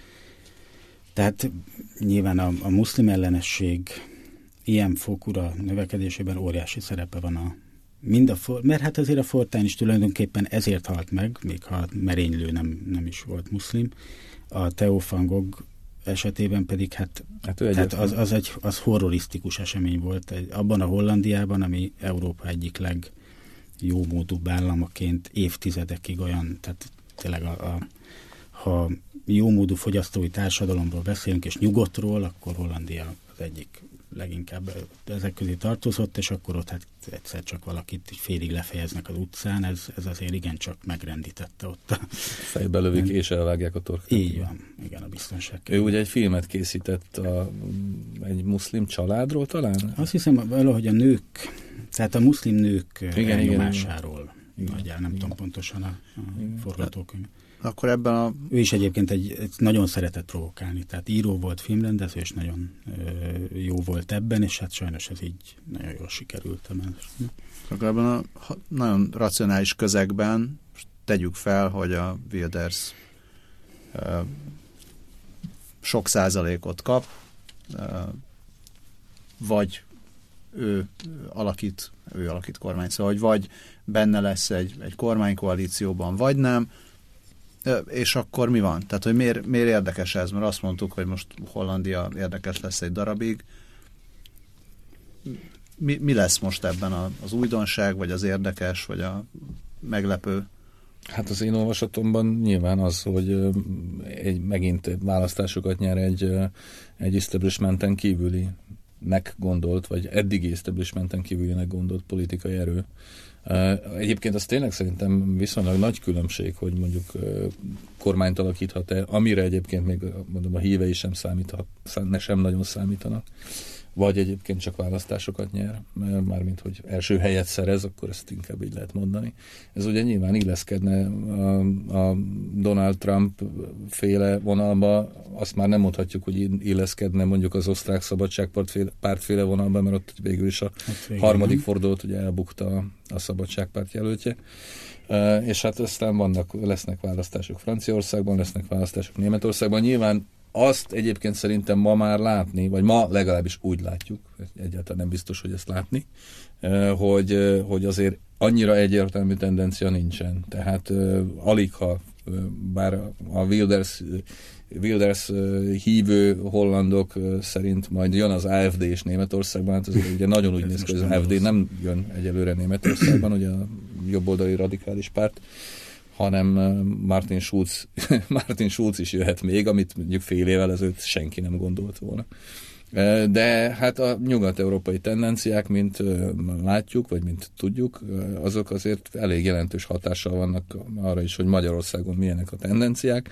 tehát nyilván a, a muszlim ellenesség ilyen fokúra növekedésében óriási szerepe van a mind a, mert hát azért a Fortuyn is tulajdonképpen ezért halt meg, még ha merénylő nem, nem is volt muszlim. A Theo van Gogh esetében pedig hát, hát tehát az, az egy az horrorisztikus esemény volt egy, abban a Hollandiában, ami Európa egyik legjómódúbb államaként évtizedekig olyan, tehát tényleg a, a, ha jómódú fogyasztói társadalomról beszélünk, és nyugodtról, akkor Hollandia az egyik leginkább ezek közé tartozott, és akkor ott hát egyszer csak valakit félig lefejeznek az utcán, ez, ez azért igencsak megrendítette ott. Fejbe lövik és elvágják a torkát. Így van, igen, a biztonság. Ő ugye egy filmet készített a, egy muszlim családról talán? Azt hiszem valahogy a nők, tehát a muszlim nők igen, elnyomásáról. Igen, igen, nem igen. tudom pontosan a, a forgatókönyv. Akkor ebben a... Ő is egyébként egy, egy nagyon szeretett provokálni, tehát író volt, filmrendező, és nagyon ö, jó volt ebben, és hát sajnos ez így nagyon jól sikerült. Akkor ebben a nagyon racionális közegben tegyük fel, hogy a Wilders ö, sok százalékot kap, ö, vagy ő alakít, ő alakít kormány, szóval, hogy vagy benne lesz egy, egy kormánykoalícióban, vagy nem. És akkor mi van? Tehát, hogy miért, miért érdekes ez? Mert azt mondtuk, hogy most Hollandia érdekes lesz egy darabig. Mi, mi lesz most ebben a, az újdonság, vagy az érdekes, vagy a meglepő? Hát az én olvasatomban nyilván az, hogy egy, megint választásokat nyer egy, egy establishmenten kívülinek gondolt, vagy eddigi establishmenten kívülinek gondolt politikai erő. Egyébként az tényleg szerintem viszonylag nagy különbség, hogy mondjuk kormányt alakíthat-e, amire egyébként még mondom, a hívei sem számíthat, sem nagyon számítanak, vagy egyébként csak választásokat nyer, mármint hogy első helyet szerez, akkor ezt inkább így lehet mondani. Ez ugye nyilván illeszkedne a, a Donald Trump féle vonalba, azt már nem mondhatjuk, hogy illeszkedne mondjuk az osztrák szabadságpárt féle vonalba, mert ott végül is a hát harmadik fordulót ugye elbukta a, a szabadságpárt jelöltje. és hát aztán vannak, lesznek választások Franciaországban, lesznek választások Németországban. Nyilván azt egyébként szerintem ma már látni, vagy ma legalábbis úgy látjuk, egyáltalán nem biztos, hogy ezt látni, hogy, hogy azért annyira egyértelmű tendencia nincsen. Tehát alig, ha bár a Wilders, Wilders hívő hollandok szerint majd jön az á ef dé és Németországban, hát azért ugye nagyon úgy néz ki, hogy az á ef dé nem jön egyelőre Németországban, ugye a jobboldali radikális párt, hanem Martin Schulz, Martin Schulz is jöhet még, amit mondjuk fél évvel ezelőtt senki nem gondolt volna. De hát a nyugat-európai tendenciák, mint látjuk, vagy mint tudjuk, azok azért elég jelentős hatással vannak arra is, hogy Magyarországon milyenek a tendenciák.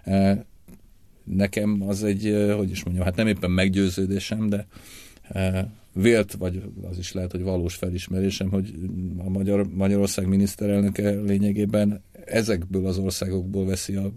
Nekem az egy, hogy is mondjam, hát nem éppen meggyőződésem, de vélt, vagy az is lehet, hogy valós felismerésem, hogy a Magyar, Magyarország miniszterelnöke lényegében ezekből az országokból veszi a,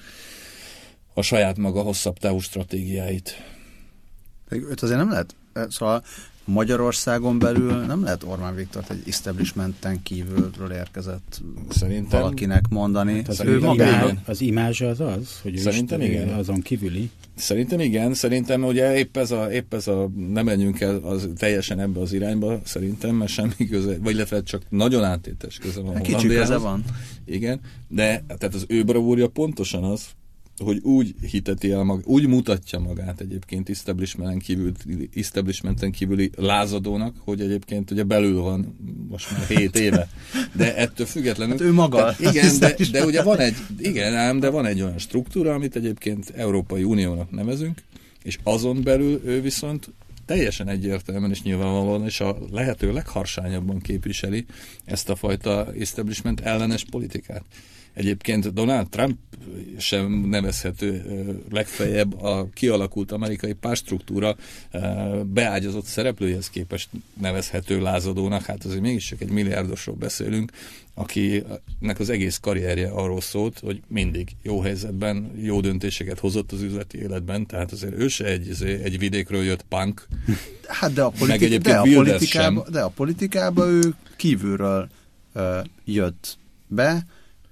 a saját maga hosszabb távú stratégiáit. Őt azért nem lehet, szóval Magyarországon belül nem lehet Orbán Viktort egy establishmenten kívülről érkezett Szerintem, valakinek mondani. Hát az, ő magán, az imázsa az az, hogy Szerintem ő igen. azon kívüli. Szerintem igen, szerintem ugye épp ez a, épp ez a nem menjünk el az, teljesen ebbe az irányba, szerintem, mert semmi köze, vagy illetve csak nagyon áttétes köze van. Kicsi köze van. Igen, de tehát az ő bravúrja pontosan az, hogy úgy hiteti el mag, úgy mutatja magát egyébként establishmenten kívül, establishmenten kívüli lázadónak, hogy egyébként ugye belül van most már hét éve. De ettől függetlenül... Hát ő maga. Tehát, igen, de, de ugye van egy, igen ám, de van egy olyan struktúra, amit egyébként Európai Uniónak nevezünk, és azon belül ő viszont teljesen egyértelműen és nyilvánvalóan, és a lehető legharsányabban képviseli ezt a fajta establishment ellenes politikát. Egyébként Donald Trump sem nevezhető legfeljebb a kialakult amerikai pártstruktúra beágyazott szereplőjéhez képest nevezhető lázadónak. Hát azért mégiscsak egy milliárdosról beszélünk, akinek az egész karrierje arról szólt, hogy mindig jó helyzetben, jó döntéseket hozott az üzleti életben, tehát azért ő se egy, egy vidékről jött punk. Hát de a, politi- de a, politikába, de a politikába ő kívülről uh, jött be.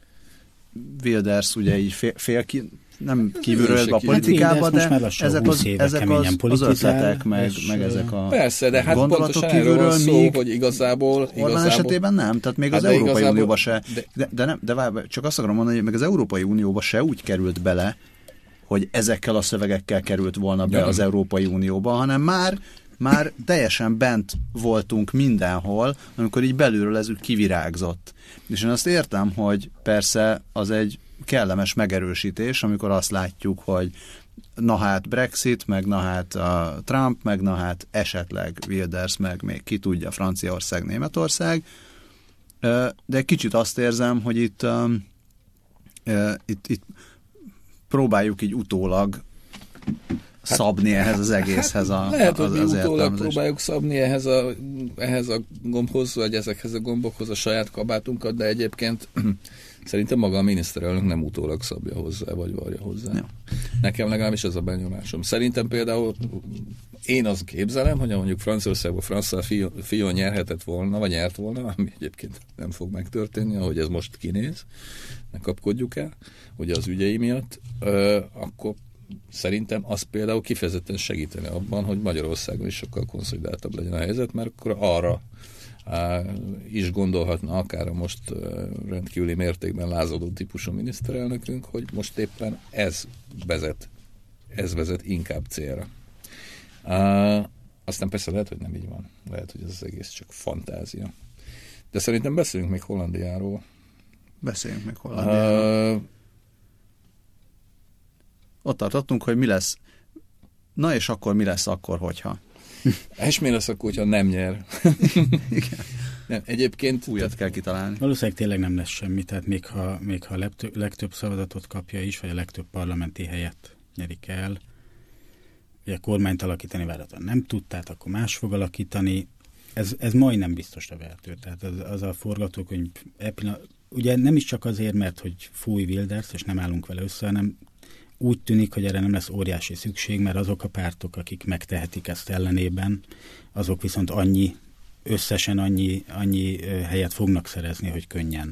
Wilders ugye így fél, fél ki, nem kívülről jött be a politikába, de ezek, az, ezek az, az ötletek, meg, meg ezek a persze, de hát pontosan erről szó, hogy igazából... Orbán esetében nem, tehát még hát az Európai igazából, Unióba se, de, de, de, nem, de várj, csak azt akarom mondani, hogy meg az Európai Unióba se úgy került bele, hogy ezekkel a szövegekkel került volna be ja. az Európai Unióba, hanem már már teljesen bent voltunk mindenhol, amikor így belülről ez úgy kivirágzott. És én azt értem, hogy persze az egy kellemes megerősítés, amikor azt látjuk, hogy na hát Brexit, meg na hát a Trump, meg na hát esetleg Wilders, meg még ki tudja Franciaország, Németország. De kicsit azt érzem, hogy itt, itt, itt próbáljuk így utólag Hát, szabni ehhez az egészhez. A, lehet, hogy az, mi az utólag próbáljuk szabni ehhez a, ehhez a gombhoz, vagy ezekhez a gombokhoz a saját kabátunkat, de egyébként szerintem maga a miniszterelnök nem utólag szabja hozzá, vagy varja hozzá. Ja. Nekem legalábbis ez a benyomásom. Szerintem például én azt képzelem, hogy mondjuk Franciaországban François Fillon nyerhetett volna, vagy nyert volna, ami egyébként nem fog megtörténni, ahogy ez most kinéz, ne kapkodjuk el, ugye az ügyei miatt, euh, akkor szerintem az például kifejezetten segíteni abban, hogy Magyarországon is sokkal konszolidáltabb legyen a helyzet, mert akkor arra á, is gondolhatna akár a most rendkívüli mértékben lázadó típusú miniszterelnökünk, hogy most éppen ez vezet, ez vezet inkább célra. Á, aztán persze lehet, hogy nem így van. Lehet, hogy ez az egész csak fantázia. De szerintem beszéljünk még Hollandiáról. Beszéljünk még Hollandiáról. Á, Ott tartottunk, hogy mi lesz. Na és akkor mi lesz akkor, hogyha? És mi lesz akkor, hogyha nem nyer? Igen. Nem, egyébként... Újat kell kitalálni. Valószínűleg tényleg nem lesz semmi, tehát még ha, még ha a legtöbb, legtöbb szavazatot kapja is, vagy a legtöbb parlamenti helyet nyerik el, ugye a kormányt alakítani várhatóan nem tud, tehát akkor más fog alakítani. Ez, ez majdnem biztosra vehető. Tehát az, az a forgatókönyv, ugye nem is csak azért, mert hogy fúj Wilders, és nem állunk vele össze, hanem úgy tűnik, hogy erre nem lesz óriási szükség, mert azok a pártok, akik megtehetik ezt ellenében, azok viszont annyi, összesen annyi, annyi helyet fognak szerezni, hogy könnyen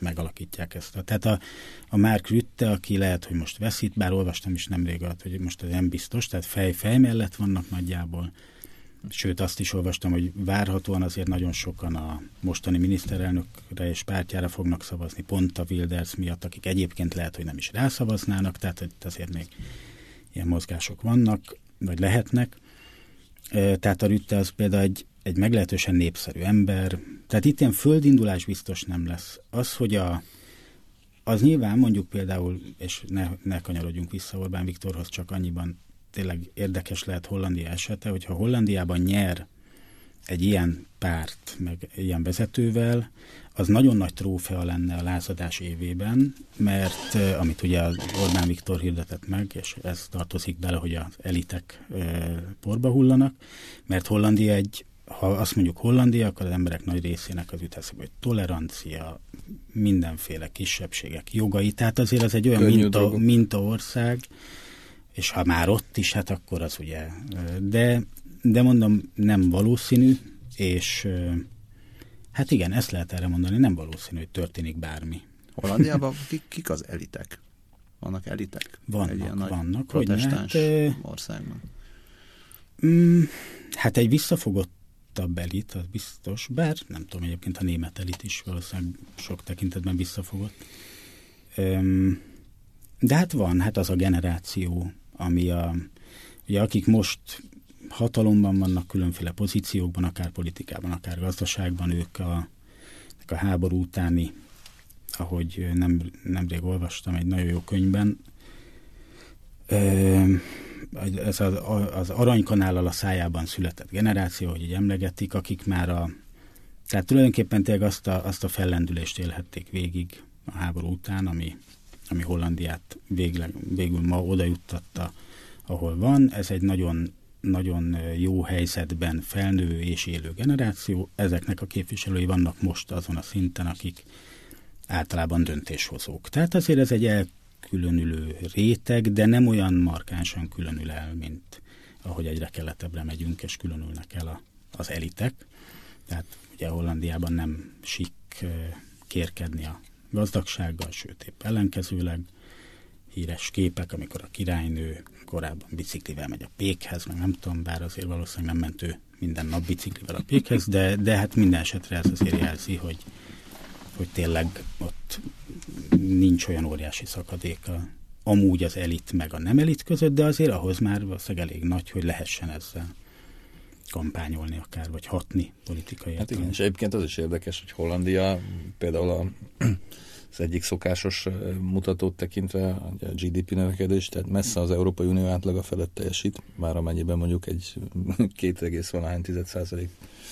megalakítják ezt. Tehát a, a Mark Rutte, aki lehet, hogy most veszít, bár olvastam is nemrég alatt, hogy most ez nem biztos, tehát fej-fej mellett vannak nagyjából. Sőt, azt is olvastam, hogy várhatóan azért nagyon sokan a mostani miniszterelnökre és pártjára fognak szavazni, pont a Wilders miatt, akik egyébként lehet, hogy nem is rászavaznának, tehát hogy azért még ilyen mozgások vannak, vagy lehetnek. Tehát a Rutte az például egy, egy meglehetősen népszerű ember, tehát itt ilyen földindulás biztos nem lesz. Az, hogy a, az nyilván mondjuk például, és ne, ne kanyarodjunk vissza Orbán Viktorhoz, csak annyiban tényleg érdekes lehet Hollandia esete, hogyha Hollandiában nyer egy ilyen párt, meg ilyen vezetővel, az nagyon nagy trófea lenne a lázadás évében, mert amit ugye Orbán Viktor hirdetett meg, és ez tartozik bele, hogy az elitek e, porba hullanak, mert Hollandia egy, ha azt mondjuk Hollandia, akkor az emberek nagy részének az jut eszébe, hogy tolerancia, mindenféle kisebbségek jogai, tehát azért az egy olyan minta, minta ország, és ha már ott is, hát akkor az ugye, de, de mondom, nem valószínű, és hát igen, ezt lehet erre mondani, nem valószínű, hogy történik bármi. Hollandiában kik, kik az elitek? Vannak elitek? Vannak, egy ilyen vannak. Protestáns hát, országban. Mm, hát egy visszafogottabb elit, az biztos, bár nem tudom, egyébként a német elit is valószínűleg sok tekintetben visszafogott. De hát van, hát az a generáció, ami a, ugye akik most hatalomban vannak különféle pozíciókban, akár politikában, akár gazdaságban, ők a, a háború utáni, ahogy nem, nemrég olvastam egy nagyon jó könyvben, ez az, az aranykanállal a szájában született generáció, hogy így emlegetik, akik már a, tehát tulajdonképpen tényleg azt a, azt a fellendülést élhették végig a háború után, ami ami Hollandiát végleg, végül ma oda juttatta, ahol van. Ez egy nagyon, nagyon jó helyzetben felnövő és élő generáció. Ezeknek a képviselői vannak most azon a szinten, akik általában döntéshozók. Tehát azért ez egy elkülönülő réteg, de nem olyan markánsan különül el, mint ahogy egyre keletebbre megyünk, és különülnek el a, az elitek. Tehát ugye Hollandiában nem sik kérkedni a gazdagsággal, sőt épp ellenkezőleg. Híres képek, amikor a királynő korábban biciklivel megy a pékhez, meg nem tudom, bár azért valószínűleg nem ment ő minden nap biciklivel a pékhez, de, de hát minden esetre ez azért jelzi, hogy, hogy tényleg ott nincs olyan óriási szakadéka amúgy az elit meg a nem elit között, de azért ahhoz már valószínűleg elég nagy, hogy lehessen ezzel kampányolni akár, vagy hatni politikai. Hát igen, és egyébként az is érdekes, hogy Hollandia például a, az egyik szokásos mutatót tekintve, a gé dé pé növekedés, tehát messze az Európai Unió átlaga felett teljesít, már amennyiben mondjuk egy két egész valahány tized százalék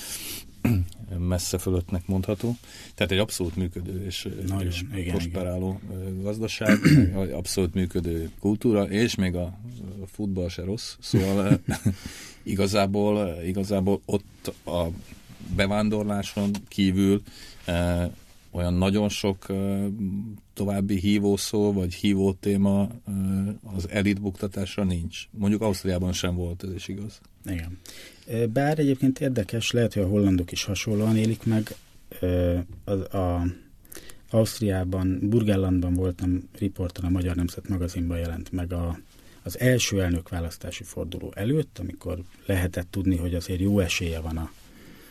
messze fölöttnek mondható. Tehát egy abszolút működő és, és igen, prosperáló igen. gazdaság, abszolút működő kultúra, és még a futball se rossz. Szóval igazából, igazából ott a bevándorláson kívül eh, olyan nagyon sok eh, további hívószó, vagy hívó téma eh, az elitbuktatásra nincs. Mondjuk Ausztriában sem volt, ez is igaz. Igen. Bár egyébként érdekes, lehet, hogy a hollandok is hasonlóan élik meg. Az, a Ausztriában, Burgenlandban voltam riporton, a Magyar Nemzet magazinban jelent meg a, az első elnökválasztási forduló előtt, amikor lehetett tudni, hogy azért jó esélye van a,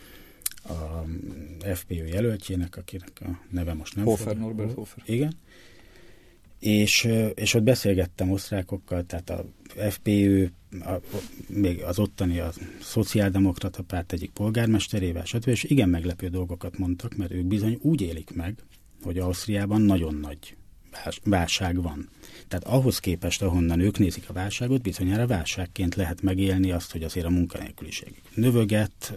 a ef pé ö jelöltjének, akinek a neve most nem Hofer, Norbert Hofer. Igen. És, és ott beszélgettem osztrákokkal, tehát a ef pé ö, a, még az ottani a szociáldemokrata párt egyik polgármesterével, stb. És igen meglepő dolgokat mondtak, mert ők bizony úgy élik meg, hogy Ausztriában nagyon nagy válság van. Tehát ahhoz képest, ahonnan ők nézik a válságot, bizonyára válságként lehet megélni azt, hogy azért a munkanélküliségük növöget,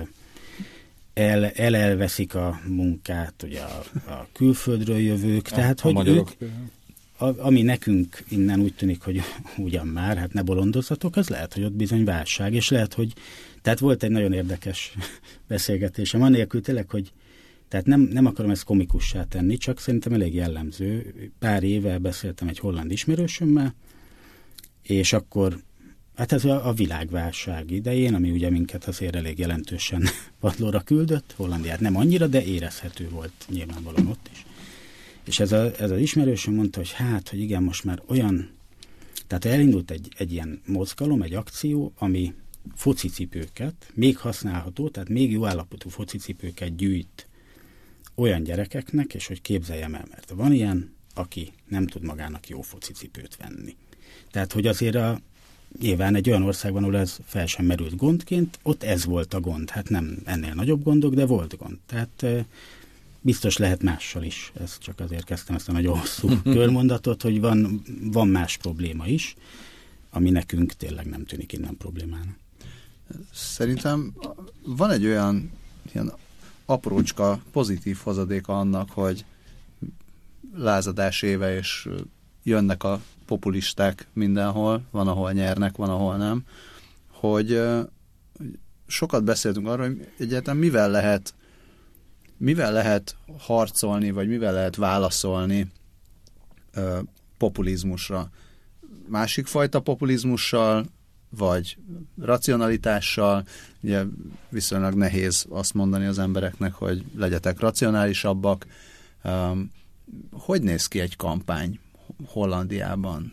el, elelveszik a munkát, ugye a, a külföldről jövők, a, tehát a hogy magyarok ők, a, ami nekünk innen úgy tűnik, hogy ugyan már, hát ne bolondozzatok, az lehet, hogy ott bizony válság, és lehet, hogy, tehát volt egy nagyon érdekes beszélgetésem, anélkül tényleg, hogy tehát nem, nem akarom ezt komikussá tenni, csak szerintem elég jellemző. Pár éve beszéltem egy holland ismerősömmel, és akkor, hát ez a, a világválság idején, ami ugye minket azért elég jelentősen padlóra küldött, Hollandiát nem annyira, de érezhető volt nyilvánvalóan ott is. És ez, a, ez az ismerősöm mondta, hogy hát, hogy igen, most már olyan, tehát elindult egy, egy ilyen mozgalom, egy akció, ami focicipőket, még használható, tehát még jó állapotú focicipőket gyűjt olyan gyerekeknek, és hogy képzeljem el, mert van ilyen, aki nem tud magának jó focicipőt venni. Tehát, hogy azért a, nyilván egy olyan országban, ahol ez fel sem merült gondként, ott ez volt a gond. Hát nem ennél nagyobb gondok, de volt gond. Tehát biztos lehet mással is. Ez csak azért kezdtem ezt a nagyon hosszú körmondatot, hogy van, van más probléma is, ami nekünk tényleg nem tűnik innen problémának. Szerintem van egy olyan ilyen aprócska pozitív hozadéka annak, hogy lázadás éve, és jönnek a populisták mindenhol, van, ahol nyernek, van, ahol nem, hogy sokat beszéltünk arról, hogy egyáltalán mivel lehet, mivel lehet harcolni, vagy mivel lehet válaszolni populizmusra. Másik fajta populizmussal, vagy racionalitással. Ugye viszonylag nehéz azt mondani az embereknek, hogy legyetek racionálisabbak. Hogy néz ki egy kampány Hollandiában?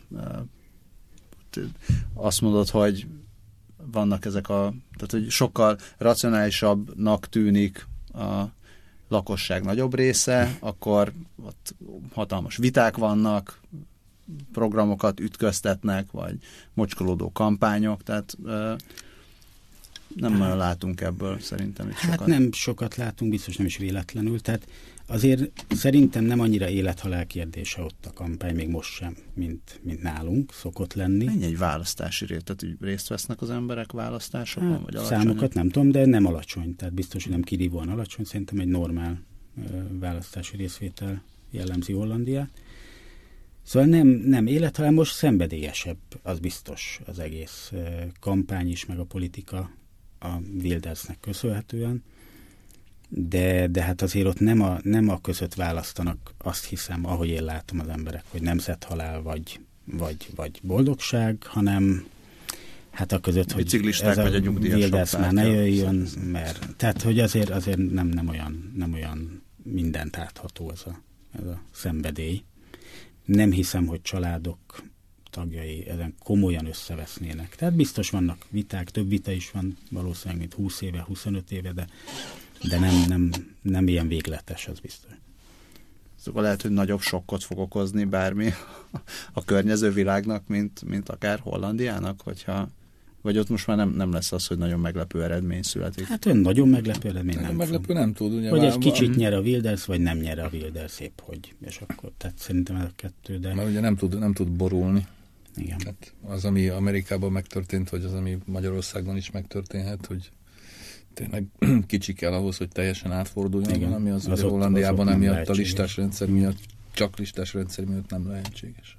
Azt mondod, hogy vannak ezek a... Tehát, hogy sokkal racionálisabbnak tűnik a lakosság nagyobb része, akkor ott hatalmas viták vannak, programokat ütköztetnek, vagy mocskolódó kampányok, tehát nem nagyon látunk ebből szerintem itt hát sokat. Nem sokat látunk, biztos nem is véletlenül, tehát azért szerintem nem annyira élet-halál kérdése ott a kampány, még most sem, mint, mint nálunk szokott lenni. Mennyi egy választási rét? Tehát úgy részt vesznek az emberek választásokon? Hát, vagy alacsony? Számokat nem tudom, de nem alacsony, tehát biztos, hogy nem kirívóan alacsony, szerintem egy normál ö, választási részvétel jellemzi Hollandiát. Szóval nem, nem élet-halál, most szenvedélyesebb, az biztos az egész ö, kampány is, meg a politika a Wildersnek köszönhetően. De, de hát azért ott nem a, nem a között választanak, azt hiszem, ahogy én látom az emberek, hogy nemzethalál vagy, vagy, vagy boldogság, hanem hát a között, hogy ez a, vagy a Wilders már ne jöjjön, mert tehát, hogy azért, azért nem, nem, olyan, nem olyan mindent átható ez a, ez a szenvedély. Nem hiszem, hogy családok tagjai ezen komolyan összevesznének. Tehát biztos vannak viták, több vita is van valószínűleg, mint húsz éve, huszonöt éve, de de nem, nem, nem ilyen végletes, az biztos. Szóval lehet, hogy nagyobb sokkot fog okozni bármi a környező világnak, mint, mint akár Hollandiának, hogyha, vagy ott most már nem, nem lesz az, hogy nagyon meglepő eredmény születik. Hát olyan nagyon meglepő eredmény nem, nem meglepő nem tud. Ugye vagy egy kicsit van... nyer a Wilders, vagy nem nyer a Wilders, szép, hogy. És akkor, tehát szerintem ez a kettő, de... Mert ugye nem tud, nem tud borulni. Igen. Tehát az, ami Amerikában megtörtént, vagy az, ami Magyarországon is megtörténhet, hogy tényleg kicsi kell ahhoz, hogy teljesen átforduljon. Igen, ami az, az ugye Hollandiában emiatt a listás rendszer miatt, csak listás rendszer miatt nem lehetséges.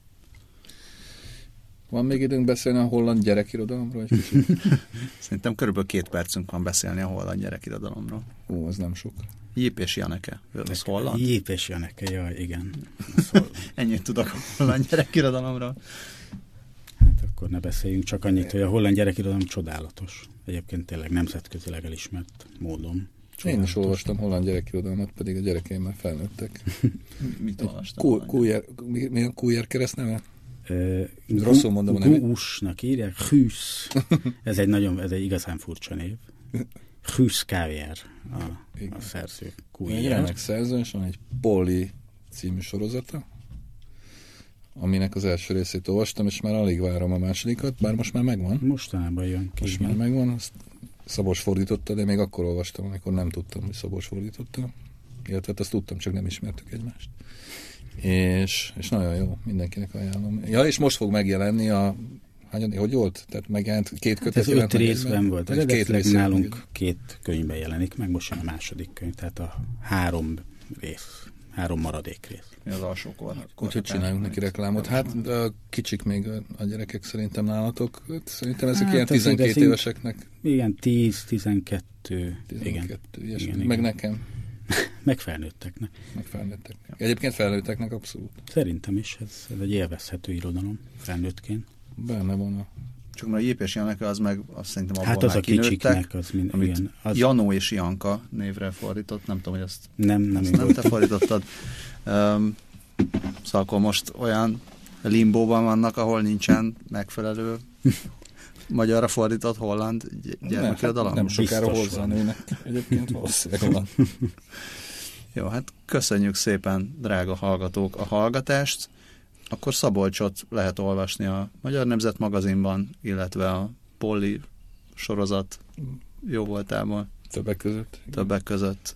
Van még időnk beszélni a holland gyerekirodalomról? Szerintem körülbelül két percünk van beszélni a holland gyerekirodalomról. Ó, az nem sok. Jép és Janeke. Az holland? Jép és Janeke, jaj, igen. Ennyit tudok a holland gyerekirodalomról. Hát akkor ne beszéljünk, csak annyit, hogy a holland gyerekirodalom csodálatos. Egyébként tényleg nemzetközileg elismert módon. Csodálatos. Én is olvastam holland gyerekirodalmat, pedig a gyerekeim már felnőttek. Mit olvastam? Kújer, mi a Kújer keresztneve? Uh, Rosszul mondom a nevét. Guusnak írják, Hűsz. Ez egy nagyon, ez egy igazán furcsa név. Hűsz Káviár a, a szerző. Egy remek szerző, és van egy Polly című sorozata, aminek az első részét olvastam, és már alig várom a másodikat, bár most már megvan. Mostanában jön ki. Most már megvan, azt Szabos fordította, de még akkor olvastam, amikor nem tudtam, hogy Szabos fordította. Illetve azt tudtam, csak nem ismertük egymást. És, és nagyon jó, mindenkinek ajánlom. Ja, és most fog megjelenni a... Hányad, hogy volt? Tehát megjelent két kötet. Hát ez öt részben volt. Eredetileg nálunk meg... két könyvben jelenik, meg most jön a második könyv, tehát a három rész, három maradék rész. Mi az alsó kor? Úgyhogy csináljunk neki reklámot. Hát a kicsik még a gyerekek szerintem nálatok. Szerintem ezek hát ilyen tizenkét éveseknek. Igen, tíz, tizenkettő. tizenkettő, igen. igen, meg igen. Nekem. Meg felnőtteknek. Meg felnőtteknek. Egyébként felnőtteknek abszolút. Szerintem is, ez, ez egy élvezhető irodalom felnőttként. Benne van a... Csak már a Jép és Janeke az meg azt szerintem abból hát az már a kicsiknek, az mind, amit igen, az... Janó és Janka névre fordított, nem tudom, hogy azt, nem, nem, azt nem te fordítottad. Um, szóval akkor most olyan limbóban vannak, ahol nincsen megfelelő magyarra fordított holland gyermekirodalom? Nem, nem sokára hozzánőnek. Egyébként valószínűleg van. Jó, hát köszönjük szépen, drága hallgatók, a hallgatást. Akkor Szabolcsot lehet olvasni a Magyar Nemzet magazinban, illetve a Polly sorozat jó voltából. Többek között. Többek között.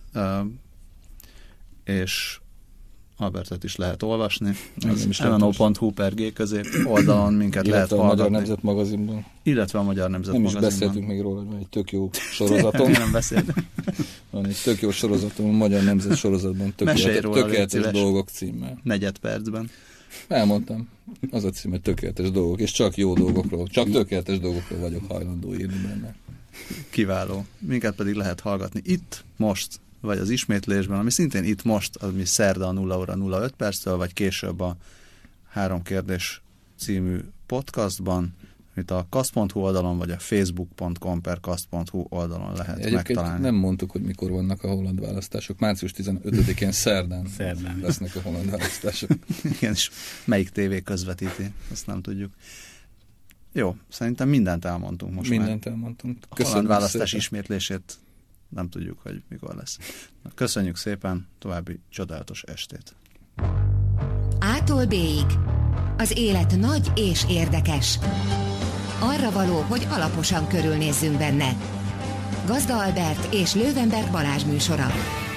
És Albertet is lehet olvasni. Az em en o pont hu per G közép oldalon minket lehet hallgatni. Illetve a Magyar Nemzet magazinban. Illetve a Magyar Nemzet Nem magazinban. is beszéltünk még róla, hogy egy tök jó sorozatom. Nem beszéltünk. Van egy tök jó sorozatom, a Magyar Nemzet sorozatban tökéletes, róla, tökéletes dolgok címmel. Negyed percben. Elmondtam. Az a címe, tökéletes dolgok, és csak jó dolgokról, csak tökéletes dolgokról vagyok hajlandó írni benne. Kiváló. Minket pedig lehet hallgatni itt, most, vagy az ismétlésben, ami szintén itt most, ami szerda a nulla óra nulla öt perctől, vagy később a Három kérdés című podcastban, amit a kasz pont hu oldalon, vagy a facebook pont com per kasz pont hu oldalon lehet Egyébként megtalálni. Nem mondtuk, hogy mikor vannak a holland választások. március tizenötödikén szerdán, szerdán lesznek a holland választások. Igen, és melyik tévé közvetíti, azt nem tudjuk. Jó, szerintem mindent elmondtunk most Mindent már. elmondtunk. A holland választás szépen. Ismétlését nem tudjuk, hogy mikor lesz. Na, köszönjük szépen, további csodálatos estét. A-tól B-ig. Az élet nagy és érdekes. Arra való, hogy alaposan körülnézzünk benne. Gazda Albert és Löwenberg Balázs műsora.